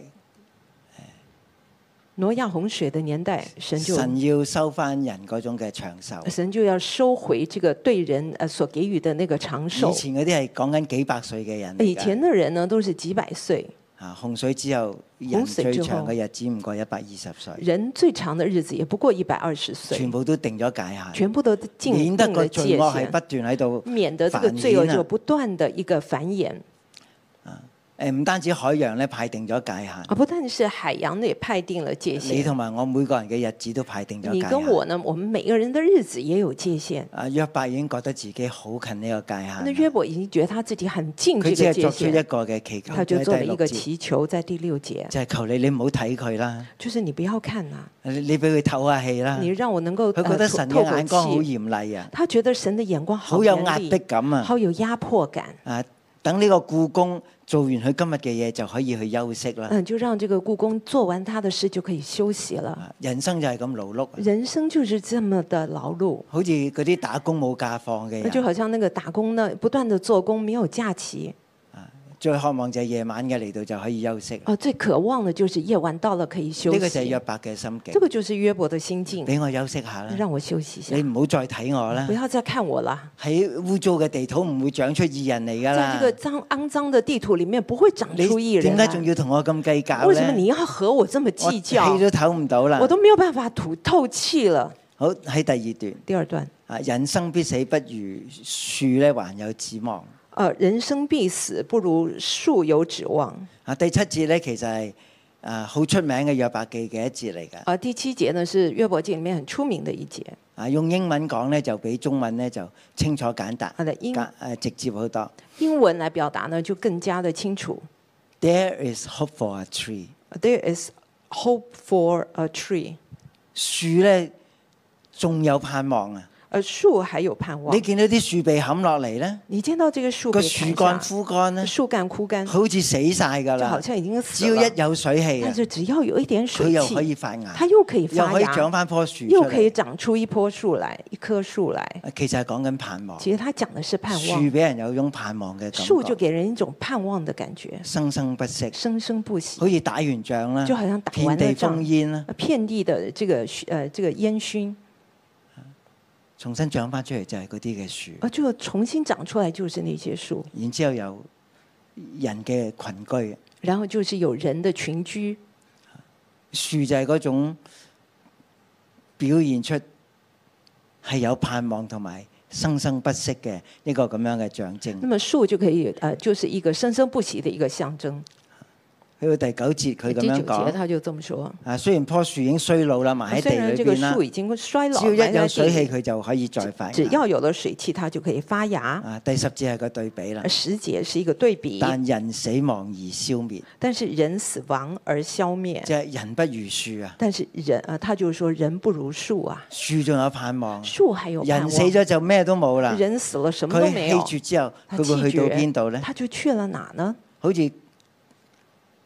挪亞洪水的年代，神要收翻人嗰種嘅長壽， 神就要收回這個對人所給予的那個長壽。 以前嗰啲係講緊幾百歲嘅人， 以前的人呢都是幾百歲。 洪水之後，人最長嘅日子唔過120歲， 人最長的日子也不過120歲， 全部都定咗界限， 全部都定免得個罪惡係不斷喺度， 免得這個罪惡就不斷的一個繁衍。 唔單止海洋咧派定咗界限， 不但是海洋呢也派定了界限。 你同埋我每個人嘅日子都派定咗界限。 你跟我呢，我們每個人的日子也有界限。 約伯已經覺得自己好近呢個界限。 那約伯已經覺得他自己很近這個界限。 佢只係作出一個嘅祈求， 他就做了一個祈求，在第6節， 就係求你唔好睇佢啦。 就是你不要看啦， 你俾佢透下氣啦。 你讓我能夠佢覺得神嘅眼光好嚴厲啊。 他覺得神的眼光好有壓迫感啊， 好有壓迫感。 等呢個僱工做完佢今日嘅嘢就可以去休息啦。 就讓這個僱工做完他的事就可以休息了。 人生就係咁勞碌。 人生就是這麼的勞碌。 好似嗰啲打工冇假放嘅人。 就好像那個打工呢，不斷的做工，沒有假期。 最渴望就係夜晚嘅嚟到就可以休息。 最渴望的就是夜晚到了可以休息。 呢個就係約伯嘅心境。 這個就是約伯的心境。俾我休息下啦。 讓我休息一下。 你唔好再睇我啦。 不要再看我啦。 喺污糟嘅地土唔會長出義人嚟㗎啦。 在這個骯髒的地土裡面不會長出義人。 點解仲要同我咁計較咧？ 為什麼你要和我這麼計較？ 我氣都唞唔到啦。 我都沒有辦法透氣了。 好，喺第2段。 第2段。 人生必死不如樹咧，還有指望。 人生必死，不如樹有指望。 第7節咧，其實係好出名嘅約伯記嘅一節嚟嘅。 第7節呢，是約伯記裡面很出名的一節。 用英文講咧，就比中文咧就清楚簡單，直接好多。 英文來表達呢，就更加的清楚。 There is hope for a tree. There is hope for a tree. 樹咧仲有盼望啊！ 樹還有盼望。 你見到啲樹被砍落嚟咧？ 你見到這個樹被砍下， 個樹幹枯乾咧？ 樹幹枯乾， 好似死晒㗎啦！ 就好像已經死了。 只要一有水氣， 但是只要有一點水氣， 佢又可以發芽， 它又可以發芽， 又可以長翻棵樹， 又可以長出一棵樹來，一棵樹來。 其實係講緊盼望。 其實他講的是盼望。 樹俾人有一種盼望嘅感覺。 樹就給人一種盼望的感覺。 生生不息， 生生不息。 好似打完仗啦， 就好像打完遍地烽煙啦， 遍地的這個煙燻。 重新長翻出嚟就係嗰啲嘅樹， 就重新長出來就是那些樹。 然之後有人嘅群居， 然後就是有人的群居。 樹就係嗰種表現出係有盼望同埋生生不息嘅一個咁樣嘅象徵。 那麼樹就可以就是一個生生不息的一個象徵。 去到第9節，佢咁樣講。 第9節他就這麼說。 雖然棵樹已經衰老啦，埋喺地裏邊啦。 雖然這個樹已經衰老， 只要一有水氣，佢就可以再發芽。 只要有了水氣，它就可以發芽。 第10節係個對比啦。 10節是一個對比。 但人死亡而消滅。 但是人死亡而消滅。 即係人不如樹啊。 但是人他就是說人不如樹啊。 樹仲有盼望。 樹還有盼望。 人死咗就咩都冇啦。 人死了什麼都沒有。 佢氣絕之後，佢會去到邊度咧？ 他就去了哪呢？ 好似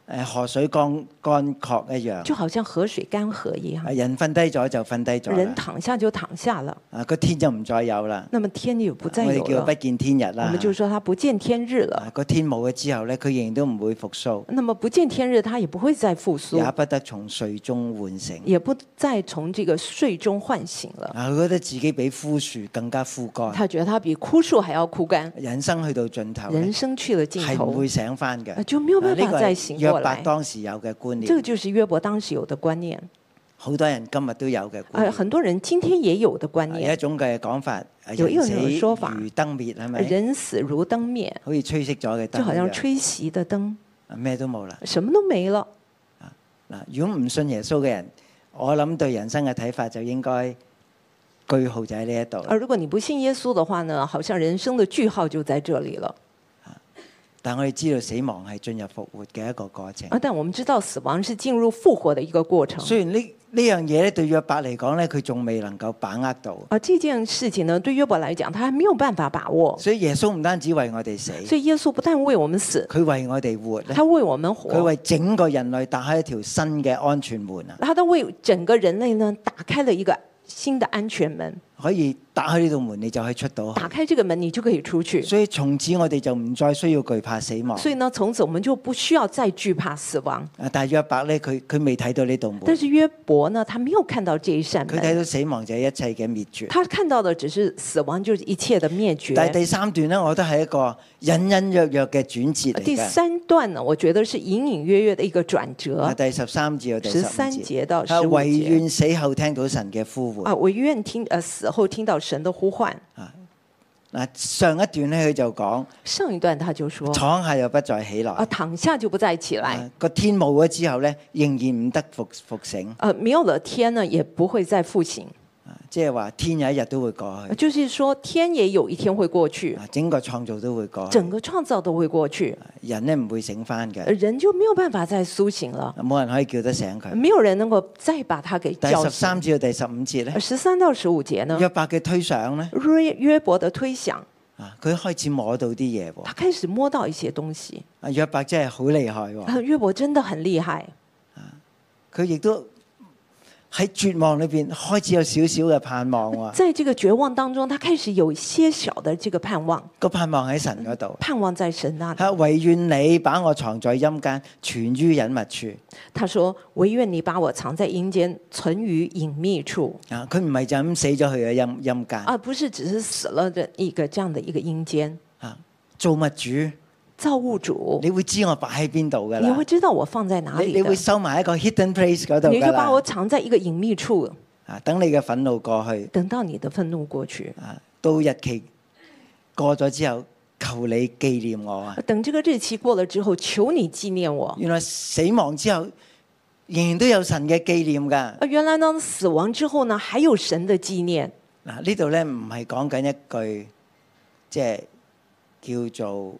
河水乾涸一樣。 就好像河水乾涸一樣。 人瞓低咗就瞓低咗啦， 人躺下就躺下了。 個天就唔再有啦。 那麼天也不再我有了。 哋叫不見天日啦。 我們就說它不見天日了。 個天冇咗之後咧，佢仍然都唔會復甦。 那麼不見天日，它也不會再復甦， 也不得從睡中喚醒， 也不再從這個睡中喚醒了。 佢覺得自己比枯樹更加枯乾。 他覺得他比枯樹還要枯乾。 人生去到盡頭， 人生去了盡頭， 係唔會醒翻嘅， 就沒有辦法再醒過來。 約伯當時有嘅觀念， 這個就是約伯當時有的觀念。 好多人今日都有嘅觀念。 很多人今天也有的觀念。 有一種嘅講法， 有一種說法， 如燈滅係咪？ 人死如燈滅， 好似吹熄咗嘅燈， 就好像吹熄的燈， 咩都冇啦， 什麼都沒了。 嗱，如果唔信耶穌嘅人，我諗對人生嘅睇法就應該句號就喺呢一度。 如果你不信耶穌的話呢，好像人生的句號就在這裡了。 但我哋知道死亡係進入復活嘅一個過程。 但我們知道死亡是進入復活的一個過程。 雖然呢樣嘢咧對約伯嚟講咧，佢仲未能夠把握到。 這件事情呢，對約伯來講，他還沒有辦法把握。 所以耶穌唔單止為我哋死， 所以耶穌不但為我們死， 佢為我哋活咧， 他為我們活， 佢為整個人類打開一條新嘅安全門啊！ 他都為整個人類呢打開了一個新的安全門。 可以打開呢道門，你就可以出到。 打開這個門，你就可以出去。 所以從此我哋就唔再需要懼怕死亡。 所以呢，從此我們就不需要再懼怕死亡。 但係約伯咧，佢未睇到呢道門。 但是約伯呢，他沒有看到這一扇門。 佢睇到死亡就係一切嘅滅絕。 他看到的只是死亡，就是一切的滅絕。 但係第三段呢，我覺得係一個隱隱約約嘅轉折嚟嘅。 第三段呢，我覺得是隱隱約約的一個轉折。 第13節到第15節到15節。 唯願死後聽到神嘅呼喚。 唯願死後聽到神的呼喚。 上一段咧佢就講， 上一段他就說， 躺下又不再起來。 躺下就不再起來。 個天冇咗之後咧，仍然唔得復醒。 沒有了天呢，也不會再復醒。 即係話天有一日都會過去， 就是說天也有一天會過去， 整個創造都會過去， 整個創造都會過去， 人呢唔會醒翻嘅， 人就沒有辦法再甦醒了， 冇人可以叫得醒佢， 沒有人能夠再把他給叫醒。 第13至到第15節咧 ，13到15節呢， 約伯嘅推想咧， 約伯的推想， 佢開始摸到啲嘢喎， 他開始摸到一些東西， 約伯真係好厲害喎， 約伯真的很厲害， 佢亦都喺絕望裏邊開始有少少嘅盼望喎。 在這個絕望當中，他開始有些小的這個盼望。 個盼望喺神嗰度。 盼望在神那裡。 唯願你把我藏在陰間，存於隱密處。 他說：唯願你把我藏在陰間，存於隱秘處。 佢唔係就咁死咗去嘅陰間。 不是只是死了的一個這樣的一個陰間。 造物主。 造物主， 你會知我擺喺邊度噶啦？ 你會知道我放在哪裡？ 你會收埋一個 hidden place 嗰度噶啦？ 你就把我藏在一個隱秘處。 等你嘅憤怒過去。 等到你的憤怒過去。 到日期過咗之後，求你紀念我啊！ 等這個日期過了之後，求你紀念我。 原來死亡之後，仍然都有神嘅紀念噶。 原來呢，死亡之後呢，還有神的紀念。 呢度咧唔係講緊一句，即係叫做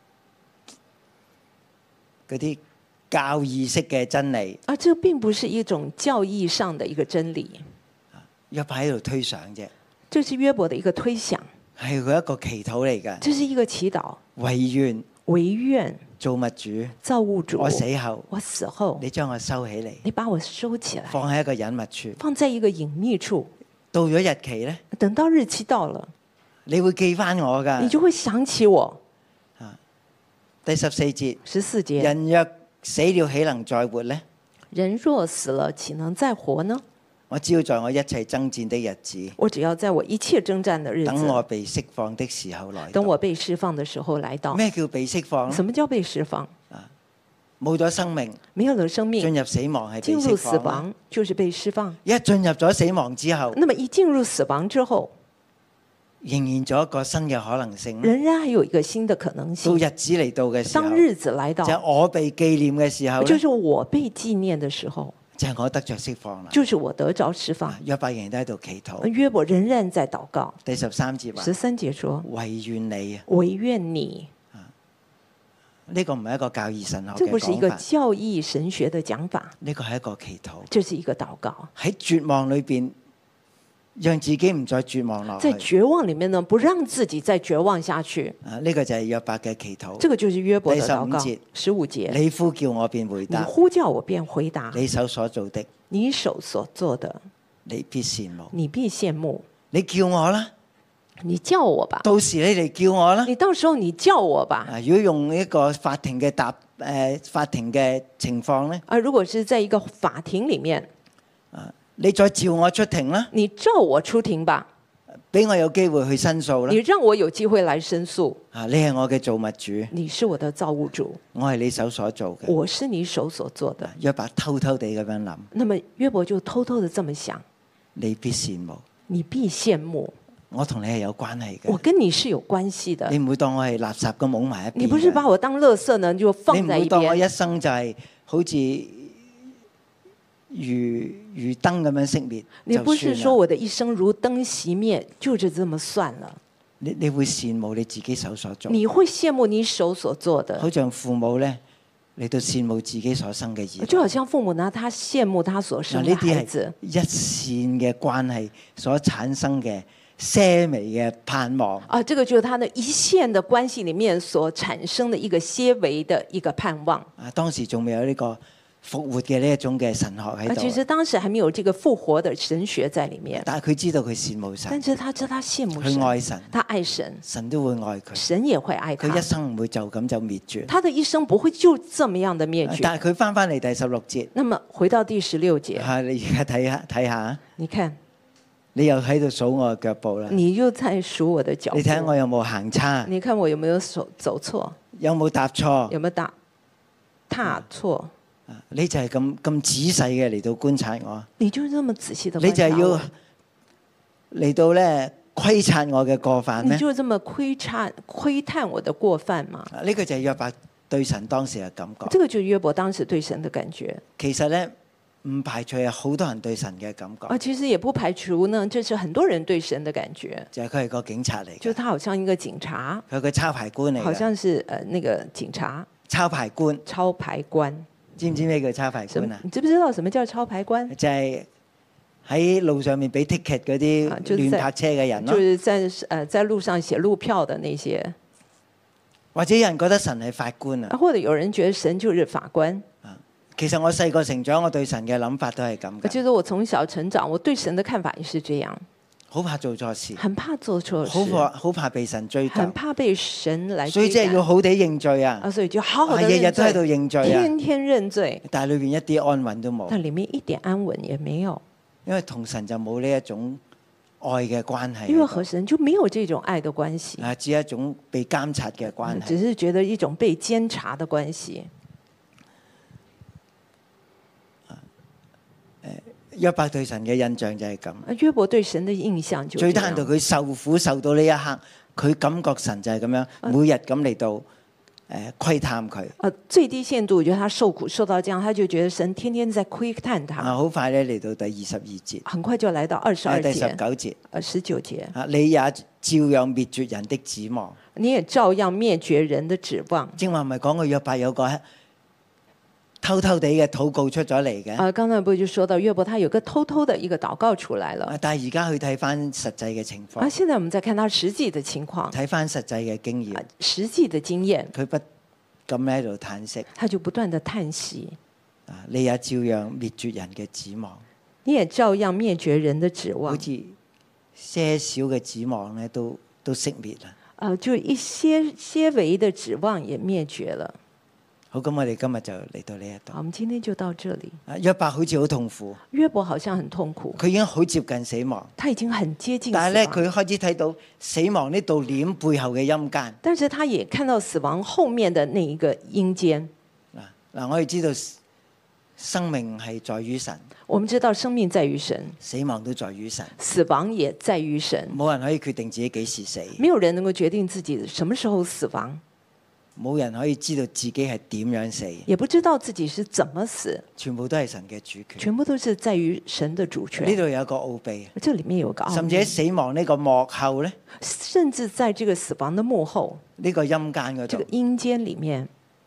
嗰啲教義式嘅真理。 這並不是一種教義上的一個真理。 約伯喺度推想啫。 這是約伯的一個推想。 係佢一個祈禱嚟㗎。 這是一個祈禱。唯願造物主。 造物主。 我死後。你將我收起嚟。 你把我收起來。 放喺一個隱密處。 放在一個隱秘處。 到咗日期咧。 等到日期到了。 你會記翻我㗎。 你就會想起我。 第14節 ，14節， 人若死了，豈能再活呢？ 人若死了，豈能再活呢？ 我只要在我一切爭戰的日子， 我只要在我一切爭戰的日子， 等我被釋放的時候來到。 等我被釋放的時候來到。 咩叫被釋放？ 什麼叫被釋放？ 冇咗生命， 沒有了生命， 進入死亡係被釋放。 進入死亡就是被釋放。 一進入咗死亡之後， 那麼一進入死亡之後， 仍然仲有一個新嘅可能性。 仍然還有一個新的可能性。 到日子嚟到嘅時候， 當日子來到， 就係我被紀念嘅時候， 就是我被紀念的時候， 就係我得着釋放啦。 就是我得着釋放。 約伯仍然都喺度祈禱。 約伯仍然在禱告。 第13節話 ，13節說： 唯願你， 唯願你。 呢個唔係一個教義神學嘅講法。 這不是一個教義神學的講法。 呢個係一個祈禱。 這是一個禱告。 喺絕望裏邊， 讓自己唔再絕望落在去。 絕望裡面呢，不讓自己再絕望下去。 呢個就係約伯嘅祈禱。 這個就是約伯的禱告。 第 15節， 你呼叫我便回你答， 呼叫我便回答， 你手所做的， 你手所做的， 你必羨慕。 你必羨慕。 你叫我啦， 你叫我吧， 到時你嚟叫我啦。 你到時候你叫我吧。 如果用一個法庭嘅法庭嘅情況咧， 如果是在一個法庭裡面， 你再召我出庭啦， 你召我出庭吧， 俾我有機會去申訴啦你。讓我有機會來申訴。 你係我嘅造物主， 你是我的造物主， 我係你手所做嘅。 我是你手所做的。 約伯偷偷地咁樣諗， 那麼約伯就偷偷的這麼想， 你必羨慕， 你必羨慕。 我同你係有關係嘅， 我跟你是有關係的。 你唔會當我係垃圾咁懵埋一邊嘅。 你不是把我當垃圾呢，就放在一你唔會當我邊。 一生就係好似如燈咁樣熄滅。 你不是說我的一生如燈熄滅，就是這麼算了。 你會羨慕你自己手所做， 你會羨慕你手所做的， 好像父母咧嚟到羨慕自己所生嘅兒女， 就好像父母呢，他羨慕他所生的孩子。 一線嘅關係所產生嘅些微嘅盼望。 這個就是他的一線的關係裡面所產生的一個些微的一個盼望。 當時仲未有呢個復活嘅呢一種嘅神學喺度。 其實當時還沒有這個復活的神學在裡面。 但係佢知道佢羨慕神， 但是他知道他羨慕神， 佢愛神， 他愛神， 神都會愛佢， 神也會愛他。 佢一生唔會就咁就滅絕， 他的一生不會就這麼樣的滅絕。 但係佢翻嚟第16節， 那麼回到第16節， 你而家睇下， 你看， 你又喺度數我嘅腳步啦， 你又在數我的腳步， 你睇下我有冇行差， 你看我有沒有走錯， 有冇踏錯， 有沒有踏錯。 你就係咁仔細嘅嚟到觀察我， 你就這麼仔細的觀察我， 你就係要嚟到咧窺察我嘅過犯咩？ 你就這麼窺探我的過犯嘛？ 呢個就係約伯對神當時嘅感覺。 這個就是約伯當時對神的感覺。 其實咧唔排除有好多人對神嘅感覺。 其實也不排除呢，這是很多人對神的感覺。 就係佢係個警察嚟嘅， 就他好像一個警察， 佢係個抄牌官嚟嘅， 好像是那個警察。 抄牌官， 抄牌官。 知唔知咩叫抄牌官啊？ 你知不知道什麼叫抄牌官？ 就係喺路上面俾 ticket 嗰啲亂泊車嘅人咯。 就是在路上寫路票的那些。 或者有人覺得神係法官啊？ 或者有人覺得神就是法官。 其實我細個成長，我對神嘅諗法都係咁。 其實我從小成長，我對神的看法也是這樣。 好怕做錯事， 很怕做錯事， 好怕被神追究， 很怕被神來追趕。 所以即係要好地認罪啊！ 所以就好好地日日都喺度認罪啊， 天天認罪。 但係裏邊一啲安穩都冇， 但裡面一點安穩也沒有， 因為同神就冇呢一種愛嘅關係。 因為和神就沒有這種愛的關係， 只係一種被監察嘅關係， 只是覺得一種被監察的關係。 約伯對神嘅印象就係咁。 約伯對神的印象就最低限度佢受苦受到呢一刻，佢感覺神就係咁樣，每日咁嚟到窺探佢。 最低限度，我覺得他受苦受到這樣，他就覺得神天天在窺探他。 好快咧嚟到第22節， 很快就來到22節， 第19節 ，19節。 你也照樣滅絕人的指望， 你也照樣滅絕人的指望。 正話唔係講過約伯有個偷偷地嘅禱告出咗嚟嘅。 剛才不就說到約伯，他有個偷偷的一個禱告出來了。 但係而家去睇翻實際嘅情況。 現在我們再看他實際的情況， 睇翻實際嘅經驗。 實際的經驗， 佢不咁喺度嘆息， 他就不斷的嘆息。 你也照樣滅絕人嘅指望， 你也照樣滅絕人的指望， 好似些少嘅指望咧，都熄滅啦。 就一些微的指望也滅絕了。 好，咁我哋今日就嚟到呢一度。 好，我們今天就到這裡。 約伯好似好痛苦， 約伯好像很痛苦， 佢已經好接近死亡， 他已經很接近死亡。 但係咧，佢開始睇到死亡呢道簾背後嘅陰間。 但是他也看到死亡後面的那一個陰間。 嗱，我哋知道生命係在於神， 我們知道生命在於神， 死亡都在於神， 死亡也在於神。 冇人可以決定自己幾時死， 沒有人能夠決定自己什麼時候死亡。 冇人可以知道自己係點樣死， 也不知道自己是怎麼死， 全部都係神嘅主權， 全部都是在於神的主權。 呢度有一個奧秘， 這裡面有個奧秘， 甚至喺死亡呢個幕後呢， 甚至在這個死亡的幕後， 呢個陰間嗰度， 這個陰間裡面，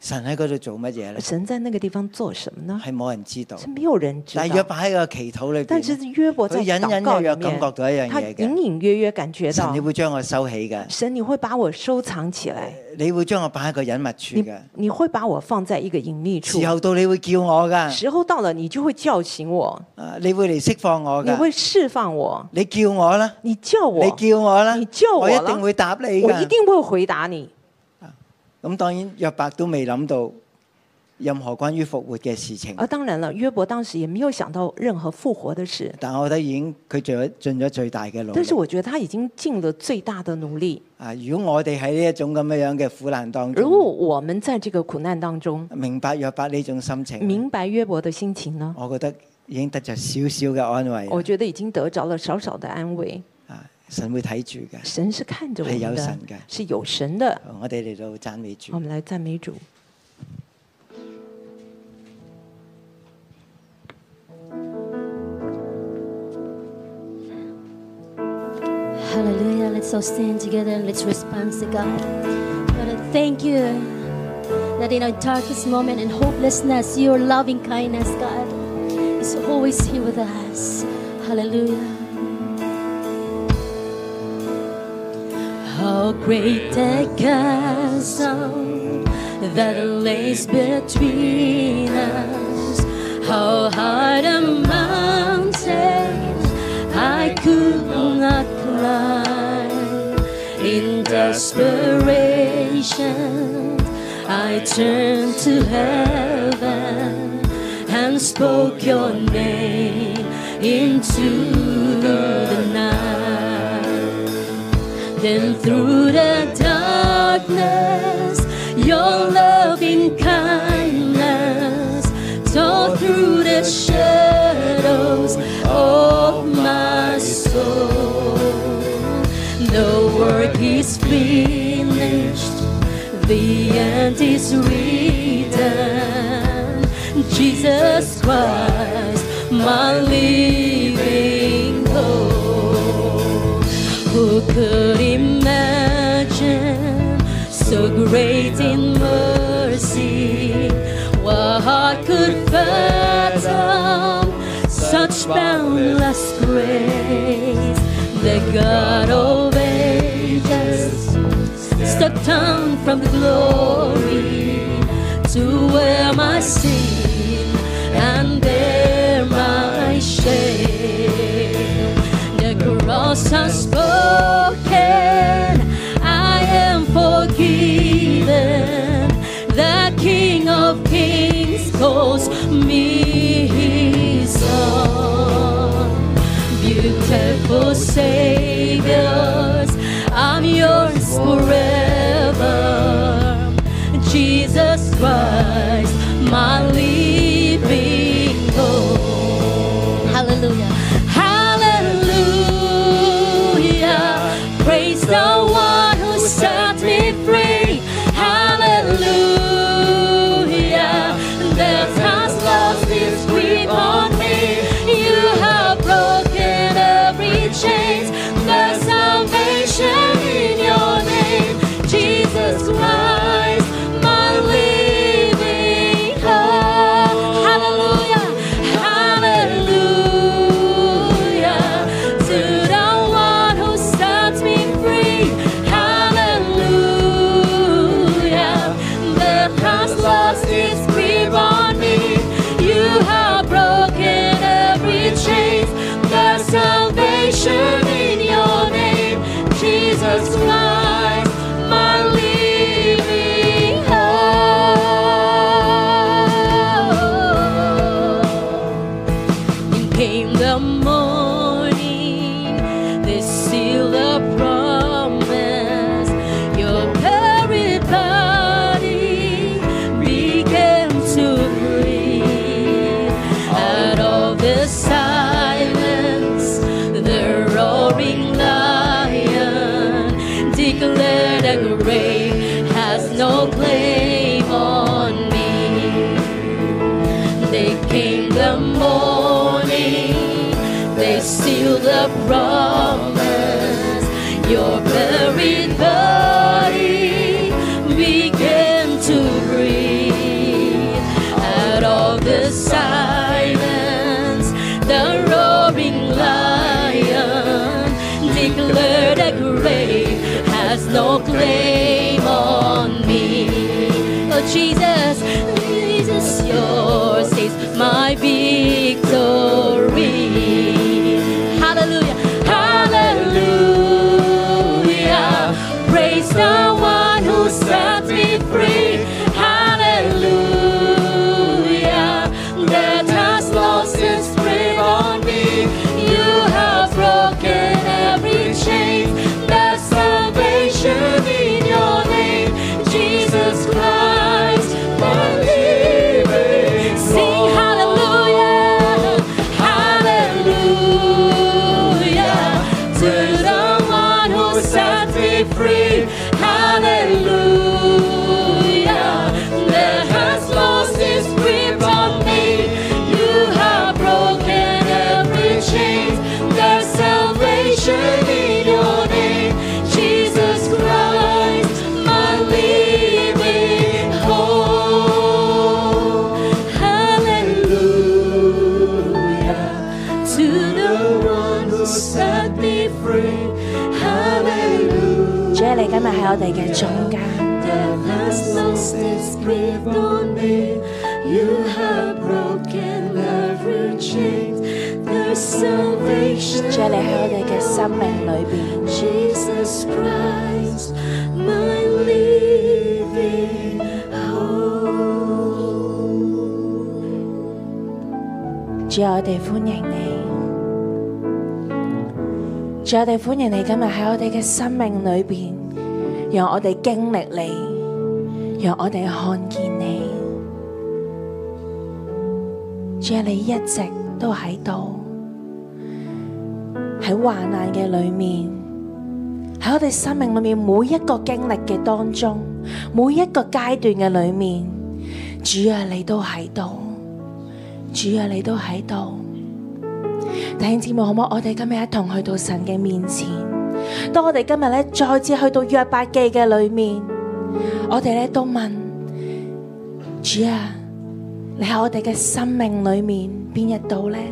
神喺嗰度做乜嘢咧？ 神在那個地方做什麼呢？ 係冇人知道。 是沒有人知道。 但係約伯喺個祈禱裏邊， 但是約伯在佢隱禱告隱約約裡面， 感覺到一樣他嘢嘅。 隱隱約約感覺到， 神你會將我收起嘅， 神你會把我收藏起來， 你會將我擺喺個隱密處嘅。 你會把我放在一個隱秘處。 時候到你會叫我㗎， 時候到了你就會叫醒我， 你會嚟釋放我㗎， 你會釋放我， 你叫我啦， 你叫我， 你叫我啦， 你叫我啦， 我一定會答你㗎。 我一定會回答你。 咁當然約伯都未諗到任何關於復活嘅事情。 而當然了，約伯當時也沒有想到任何復活的事。 但我覺得已經佢盡咗最大嘅努力。 但是我覺得他已經盡了最大的努力。 如果我哋喺呢一種咁樣嘅苦難當中， 如果我們在這個苦難當中明白約伯呢種心情， 明白約伯的心情呢？ 我覺得已經得着少少嘅安慰。 我覺得已經得着了少少的安慰。 神會睇住嘅， 神是看着我們的， 係有神嘅， 是有神的。 我哋嚟到讚美主。 我們來讚美主。 Hallelujah. Let's all stand together and let's respond to God. Lord, I thank you that in our darkest moment and hopelessness, your loving kindness, God, is always here with us. Hallelujah. How great the chasm that lays between us. How high the mountain I could not climb. In desperation, I turned to heaven and spoke your name into the night. Then through the darkness, your loving kindness tore through the shadows of my soul. The work is finished, the end is written. Jesus Christ, my living hope. Who could imagine so great in mercy? What heart could fathom such boundless grace? The God of ages stepped down from the glory to wear my sin and bear my shame. The cross has spoken, I am forgiven. The King of Kings calls me his son. Beautiful Saviors, I'm yours forever. Jesus Christ, my living hope. Hallelujah. Hallelujah. Praise the one who set me free. Hallelujah. Death has lost its grip on me. You have broken every chain. There's salvation in your name. Jesus Christ, my living proclaim on me. Oh Jesus, Jesus, yours is my victory. Hallelujah, hallelujah. Praise the one who set me free. Hallelujah, that has lost its grip on me. You have broken every chain. There's salvation in your name, Jesus Christ, my living. Sing hallelujah, hallelujah, to the one who set me free. Hallelujah, that has lost its grip on me. You have broken every chain. There's salvation in your name, Jesus Christ, my living hope. Hallelujah, to the one who set me free. Hallelujah. 主啊，你今日喺我哋嘅中間。 Death has lost its grip on me. You have broken every chain. There's salvation. 主啊，你喺我哋嘅生命裏邊。 Jesus Christ, my living hope. 主啊，我哋歡迎你。主啊，我哋歡迎你今日喺我哋嘅生命裏邊，讓我哋經歷你，讓我哋看見你。主啊，你一直都喺度，喺患難嘅裏面，喺我哋生命裏面每一個經歷嘅當中，每一個階段嘅裏面，主啊，你都喺度，主啊，你都喺度。弟兄姊妹，好唔好？我哋今日一同去到神嘅面前。當我哋今日咧再次去到約伯記嘅裏面，我哋咧都問主啊，你喺我哋嘅生命裏面邊一度咧？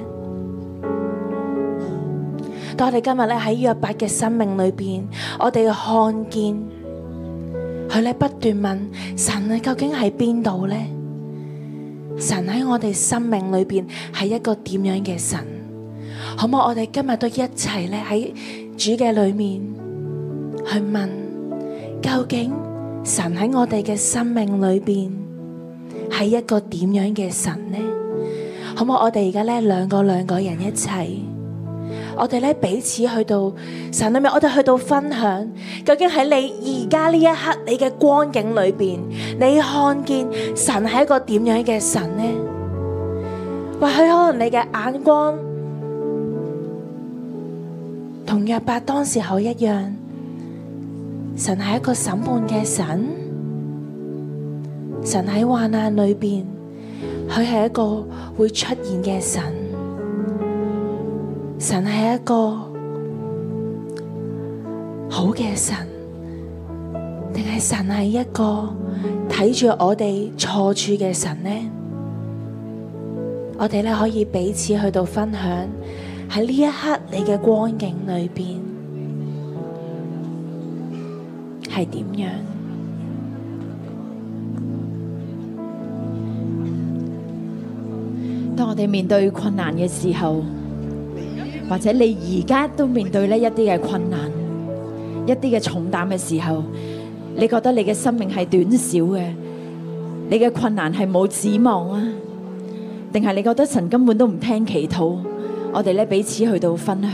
當我哋今日咧喺約伯嘅生命裏邊，我哋看見佢咧不斷問神啊，究竟喺邊度咧？神喺我哋生命裏邊係一個點樣嘅神？好唔好？我哋今日都一齊咧喺主嘅裏面去問，究竟神喺我哋嘅生命裏邊係一個點樣嘅神呢？好唔好？我哋而家咧兩個人一齊，我哋咧彼此去到神裏面，我哋去到分享，究竟喺你而家呢一刻你嘅光景裏邊，你看見神係一個點樣嘅神呢？或許可能你嘅眼光同約伯當時候一樣，神係一個審判嘅神，神喺患難裏邊，佢係一個會出現嘅神，神係一個好嘅神，定係神係一個睇住我哋錯處嘅神呢？我哋咧可以彼此去到分享。喺呢一刻你嘅光景裏邊係點樣？ 當我哋面對困難嘅時候，或者你而家都面對呢一啲嘅困難、一啲嘅重擔嘅時候，你覺得你嘅生命係短小嘅，你嘅困難係冇指望啊？定係你覺得神根本都唔聽祈禱？我哋咧彼此去到分享。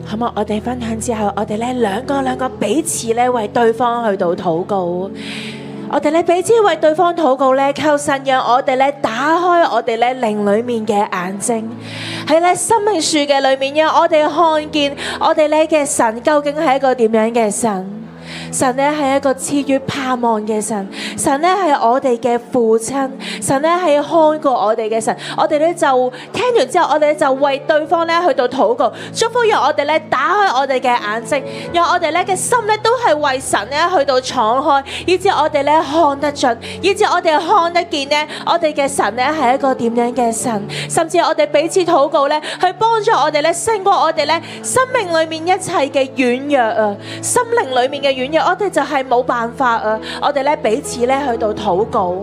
好冇？我哋分享之後，我哋咧兩個彼此咧為對方去到禱告。我哋咧彼此為對方禱告咧，求神讓我哋咧打開我哋咧靈裏面嘅眼睛，喺咧生命樹嘅裏面，讓我哋看見我哋咧嘅神究竟係一個點樣嘅神。神咧係一個賜予盼望嘅神，神咧係我哋嘅父親，神咧係看顧我哋嘅神。我哋咧就聽完之後，我哋就為對方咧去到禱告，祝福讓我哋咧打開我哋嘅眼睛，讓我哋咧嘅心咧都係為神咧去到敞開，以至我哋咧看得盡，以至我哋看得見咧我哋嘅神咧係一個點樣嘅神，甚至我哋彼此禱告咧，去幫助我哋咧勝過我哋咧生命裏面一切嘅軟弱啊，心靈裏面嘅軟弱。我哋就係冇辦法啊！我哋咧彼此咧去到禱告。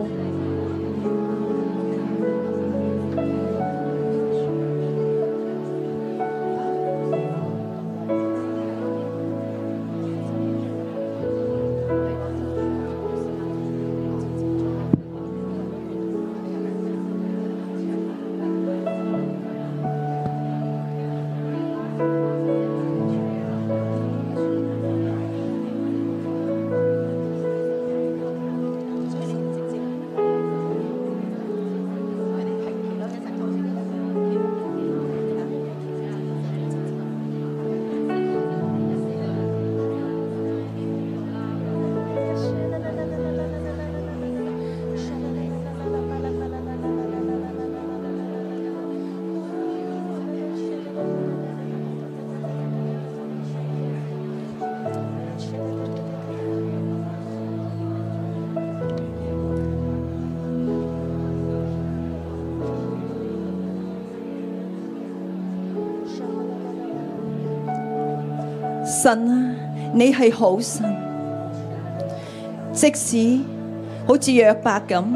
神啊，你係好神，即使好似約伯咁，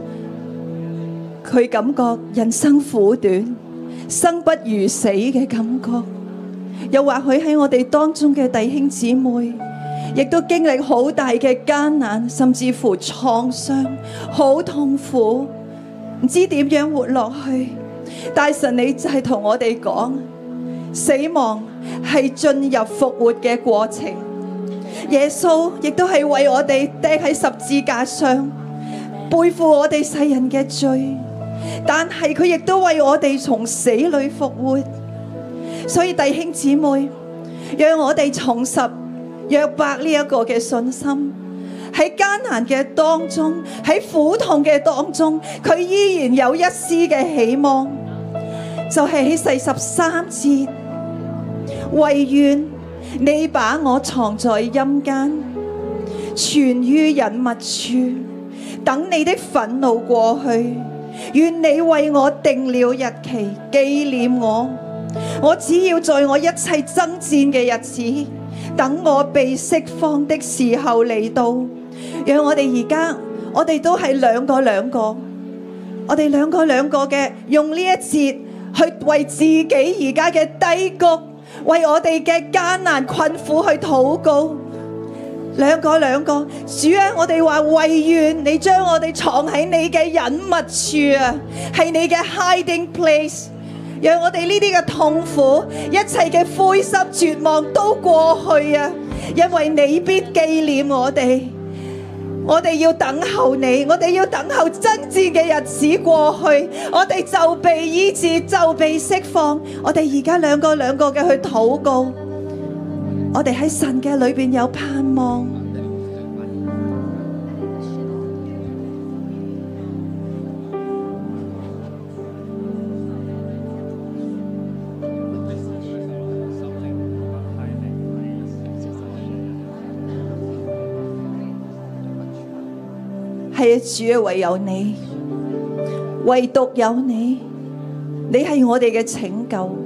佢感覺人生苦短，生不如死嘅感覺，又或許喺我哋當中嘅弟兄姊妹，亦都經歷好大嘅艱難，甚至乎創傷，好痛苦，唔知點樣活落去。但神你就係同我哋講，死亡係進入復活嘅過程，耶穌亦都係為我哋釘喺十字架上，背負我哋世人嘅罪，但係佢亦都為我哋從死裏復活。所以弟兄姊妹，讓我哋重拾約伯呢一個嘅信心，喺艱難嘅當中，喺苦痛嘅當中，佢依然有一絲嘅希望，就係喺43節，惟願你把我藏在陰間，存於隱密處，等你的憤怒過去，願你為我定了日期，紀念我。我只要在我一切爭戰嘅日子，等我被釋放的時候嚟到。讓我哋而家，我哋都係兩個，我哋兩個嘅用呢一節去為自己而家嘅低谷，為我哋嘅艱難困苦去禱告。兩個，主啊，我哋話惟願你將我哋藏喺你嘅隱密處啊，係你嘅 hiding place。讓我哋呢啲嘅痛苦，一切嘅灰心絕望都過去啊！因為你必紀念我哋，我哋要等候你，我哋要等候爭戰嘅日子過去，我哋就被醫治，就被釋放。我哋而家兩個嘅去禱告，我哋喺神嘅裏邊有盼望。係啊，主啊，唯有你，唯獨有你，你係我哋嘅拯救，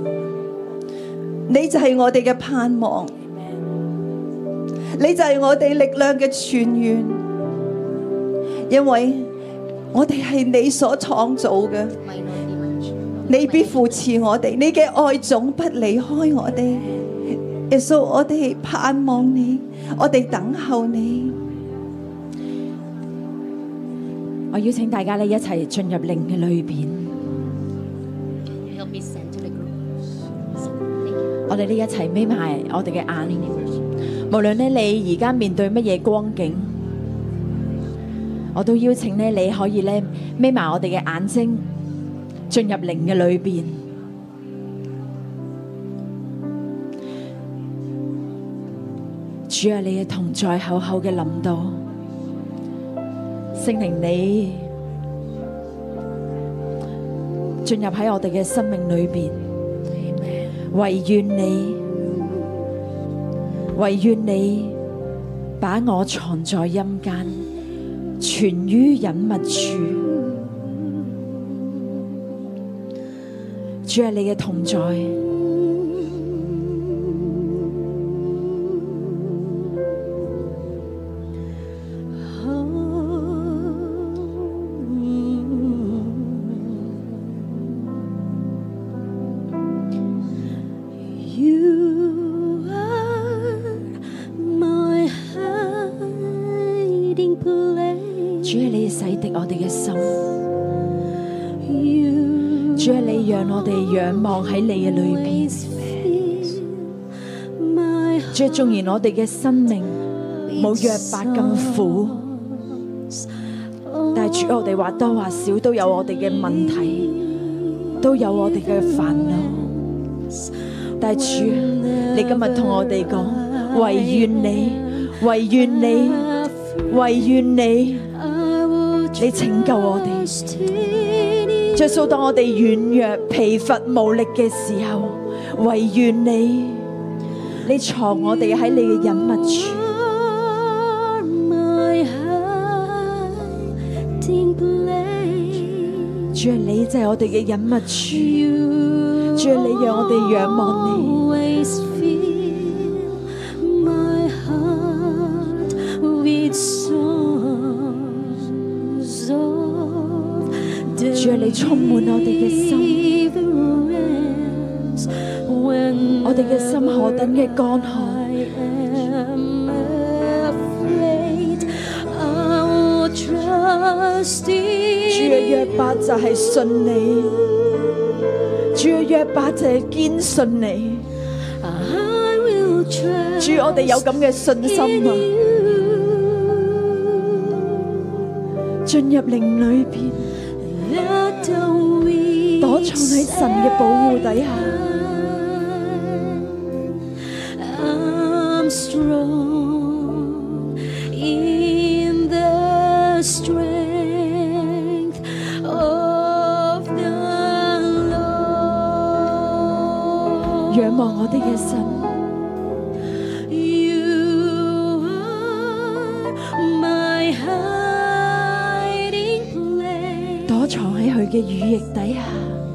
你就係我哋嘅盼望，你就係我哋力量嘅泉源，因為我哋係你所創造嘅，你必扶持我哋，你嘅愛總不離開我哋，耶穌，我哋盼望你，我哋等候你。我邀請大家咧一齊進入靈嘅裏邊。 我哋呢一齊眯埋我哋嘅眼，無論咧你而家面對乜嘢光景，我都邀請咧你可以咧眯埋我哋嘅眼睛，進入靈嘅裏邊。主啊，你嘅同在厚厚嘅臨到，聖靈你進入喺我哋嘅生命裏邊，唯願你把我藏在陰間，存於隱密處。主啊，你嘅同在。仰望喺你嘅裏邊，主，縱然我哋嘅生命冇約伯咁苦，但係主，我哋或多或少都有我哋嘅問題，都有我哋嘅煩惱。但係主，你今日同我哋講，唯願你拯救我哋。耶穌，當我哋軟弱、疲乏、無力嘅時候，唯願你藏我哋喺你嘅隱密處。主啊，你就係我哋嘅隱密處。主啊，你讓我哋仰望你。主啊，你充滿我哋嘅心，我哋嘅心何等嘅乾渴。主啊，約伯就係信你，主啊，約伯就係堅信你。主，我哋有咁嘅信心啊！進入靈裏邊。躲藏喺神嘅保護底下。I'm strong in the strength of the Lord。仰望我哋嘅神。藏喺佢嘅羽翼底下，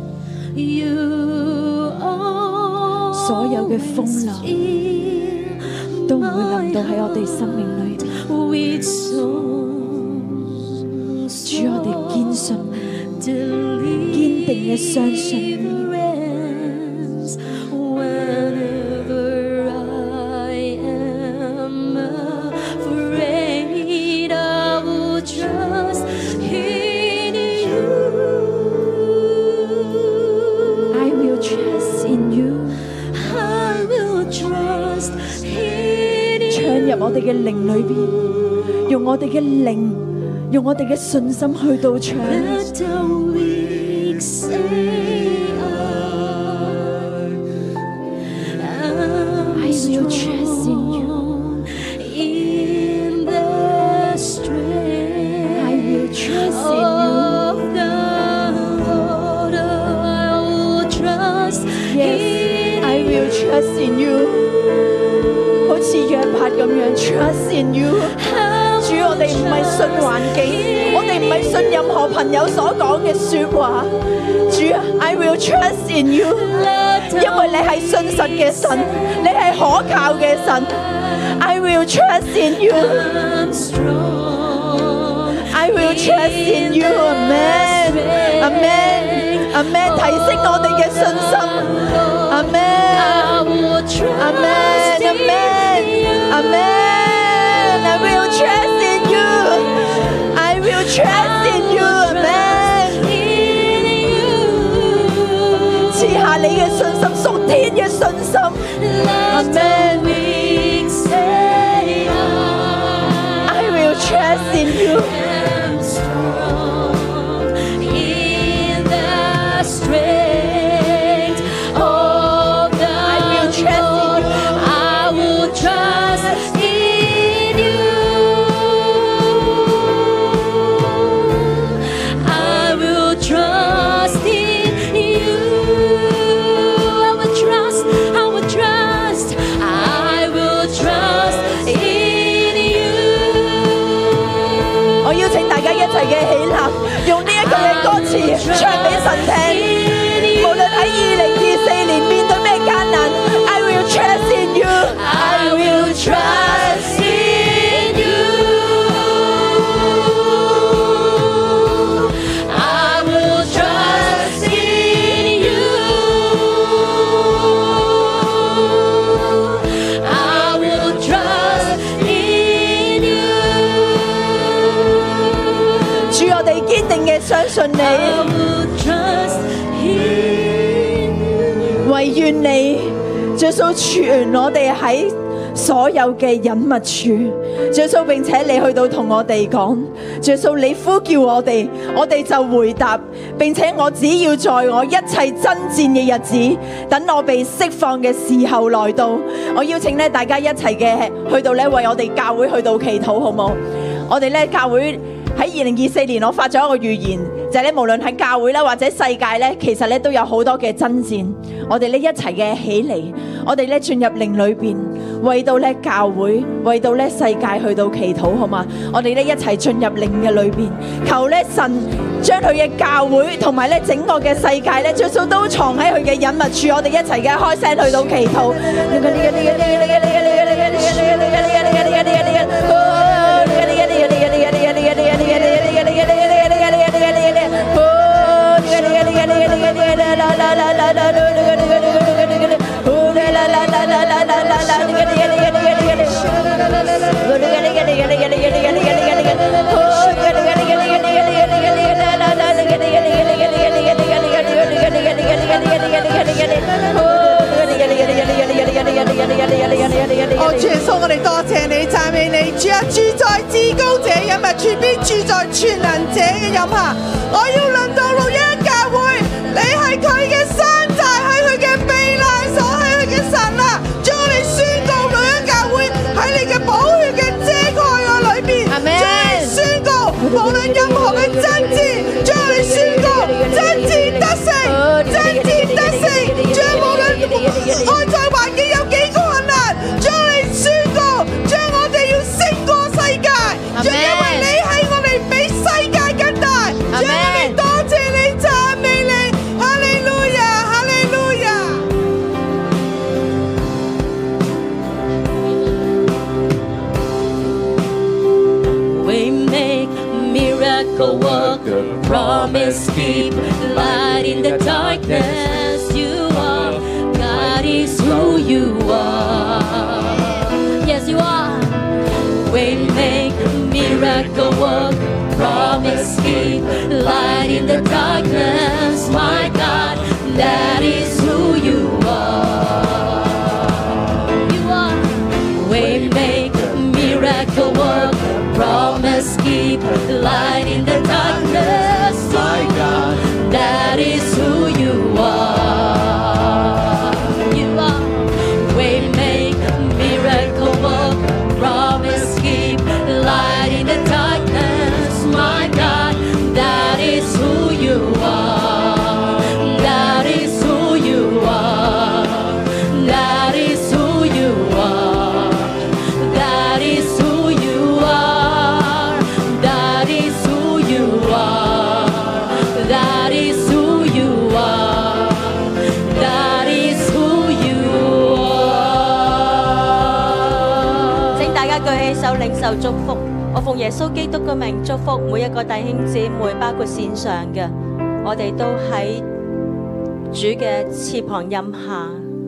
所有嘅風浪都唔會臨到喺我哋生命裏邊。主，我哋堅信你，堅定嘅相信你。我哋嘅靈裏邊，用我哋嘅靈，用我哋嘅信心去到唱。I will trust in you in the strength. I will trust in you. I will trust. Yes, I will trust in you. 好似約伯咁樣 trust in you。 主，我哋唔係信環境，我哋唔係信任何朋友所講嘅說話。主啊 ，I will trust in you， 因為你係信實嘅神，你係可靠嘅神。I will trust in you， I will trust in you。 Amen， Amen， Amen， 提升我哋嘅信心。Amen， Amen， Amen， Amen， I will trust in you， I will trust in you。 Amen， 賜下你嘅信心，屬天嘅信心。 trust in you. am strong in the strength of the Lord. I will trust in you. I will trust in you. I will trust. I will trust. I will trust in you. 我邀請大家一齊嘅起立，用呢一句嘅歌詞唱俾神聽。無論喺2024年面對咩艱難 ，I will trust in you. I will trust in you. I will trust in you. I will trust in you. 主，我哋堅定嘅相信 I 你， will trust in you. 唯願你，耶穌傳我哋喺所有嘅隱密處，耶穌並且你去到同我哋講，耶穌你呼叫我哋就回答，並且我只要在我一切爭戰嘅日子，等我被釋放嘅時候來到，我邀請咧大家一齊嘅去到咧為我哋教會去到祈禱，好冇？我哋咧教會喺2024年，我發咗一個預言，就係咧無論喺教會啦或者世界咧，其實咧都有好多嘅爭戰。我哋咧一齊嘅起嚟，我哋咧進入靈裏邊，為到咧教會，為到咧世界去到祈禱，好嘛？我哋咧一齊進入靈嘅裏邊，求咧神將佢嘅教會同埋咧整個嘅世界咧，最數都藏喺佢嘅隱密處。我哋一齊嘅開聲去到祈禱。 主耶穌，我哋多謝你，讚美你。主啊，住在至高者隱密處，必住在全能者嘅蔭下。我要論到六一教會，你係佢嘅山寨，係佢嘅避難所，係佢嘅神啊！將我哋宣告六一教會喺你嘅寶血嘅遮蓋我裏邊，將我哋宣告無論任何嘅爭戰，將我哋宣告爭戰得勝，爭戰得勝。將無論外在環境有幾困難，將我哋宣告，將我哋要勝過世界，將因為你係我哋比世界更大，將我哋多謝你，讚美你，哈利路亞，哈利路亞。 We make miracle worker, promise keep light in the darkness. You are, God is who you are. Yes, you are. We make miracle worker, promise keep light in the darkness. My God, that is who you are. You are. We make miracle work, promise keep light in the darkness. My God, that is who you are. You are. We make miracle work, promise keep light in the darkness. My God, that is who you are. That is who you are. That is who you are. That is who you are. That is who you are. That is who you are. That is who you are. 請大家舉起手領受祝福。我奉耶穌基督嘅名祝福每一個弟兄姊妹，包括線上嘅，我哋都喺主嘅翅膀蔭下，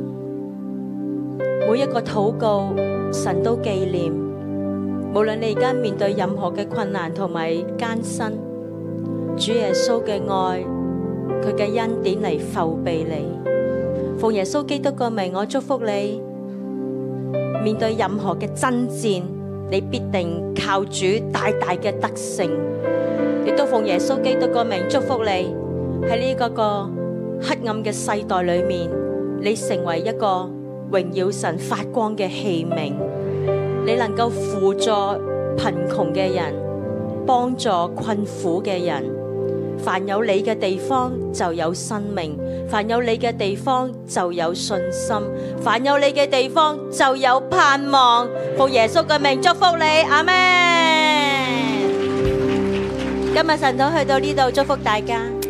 每一個禱告神都紀念。無論你而家面對任何嘅困難同埋艱辛，主耶穌嘅愛，佢嘅恩典嚟覆庇你。奉耶穌基督嘅名，我祝福你面對任何嘅爭戰， 你必定靠主大大嘅得勝。亦都奉耶穌基督個名祝福你，喺呢個黑暗嘅世代裏面，你成為一個榮耀神發光嘅器皿，你能夠輔助貧窮嘅人，幫助困苦嘅人。凡有你嘅地方就有生命，凡有你嘅地方就有信心，凡有你嘅地方就有盼望。奉耶穌嘅名祝福你，阿們。今日晨禱去到呢度，祝福大家。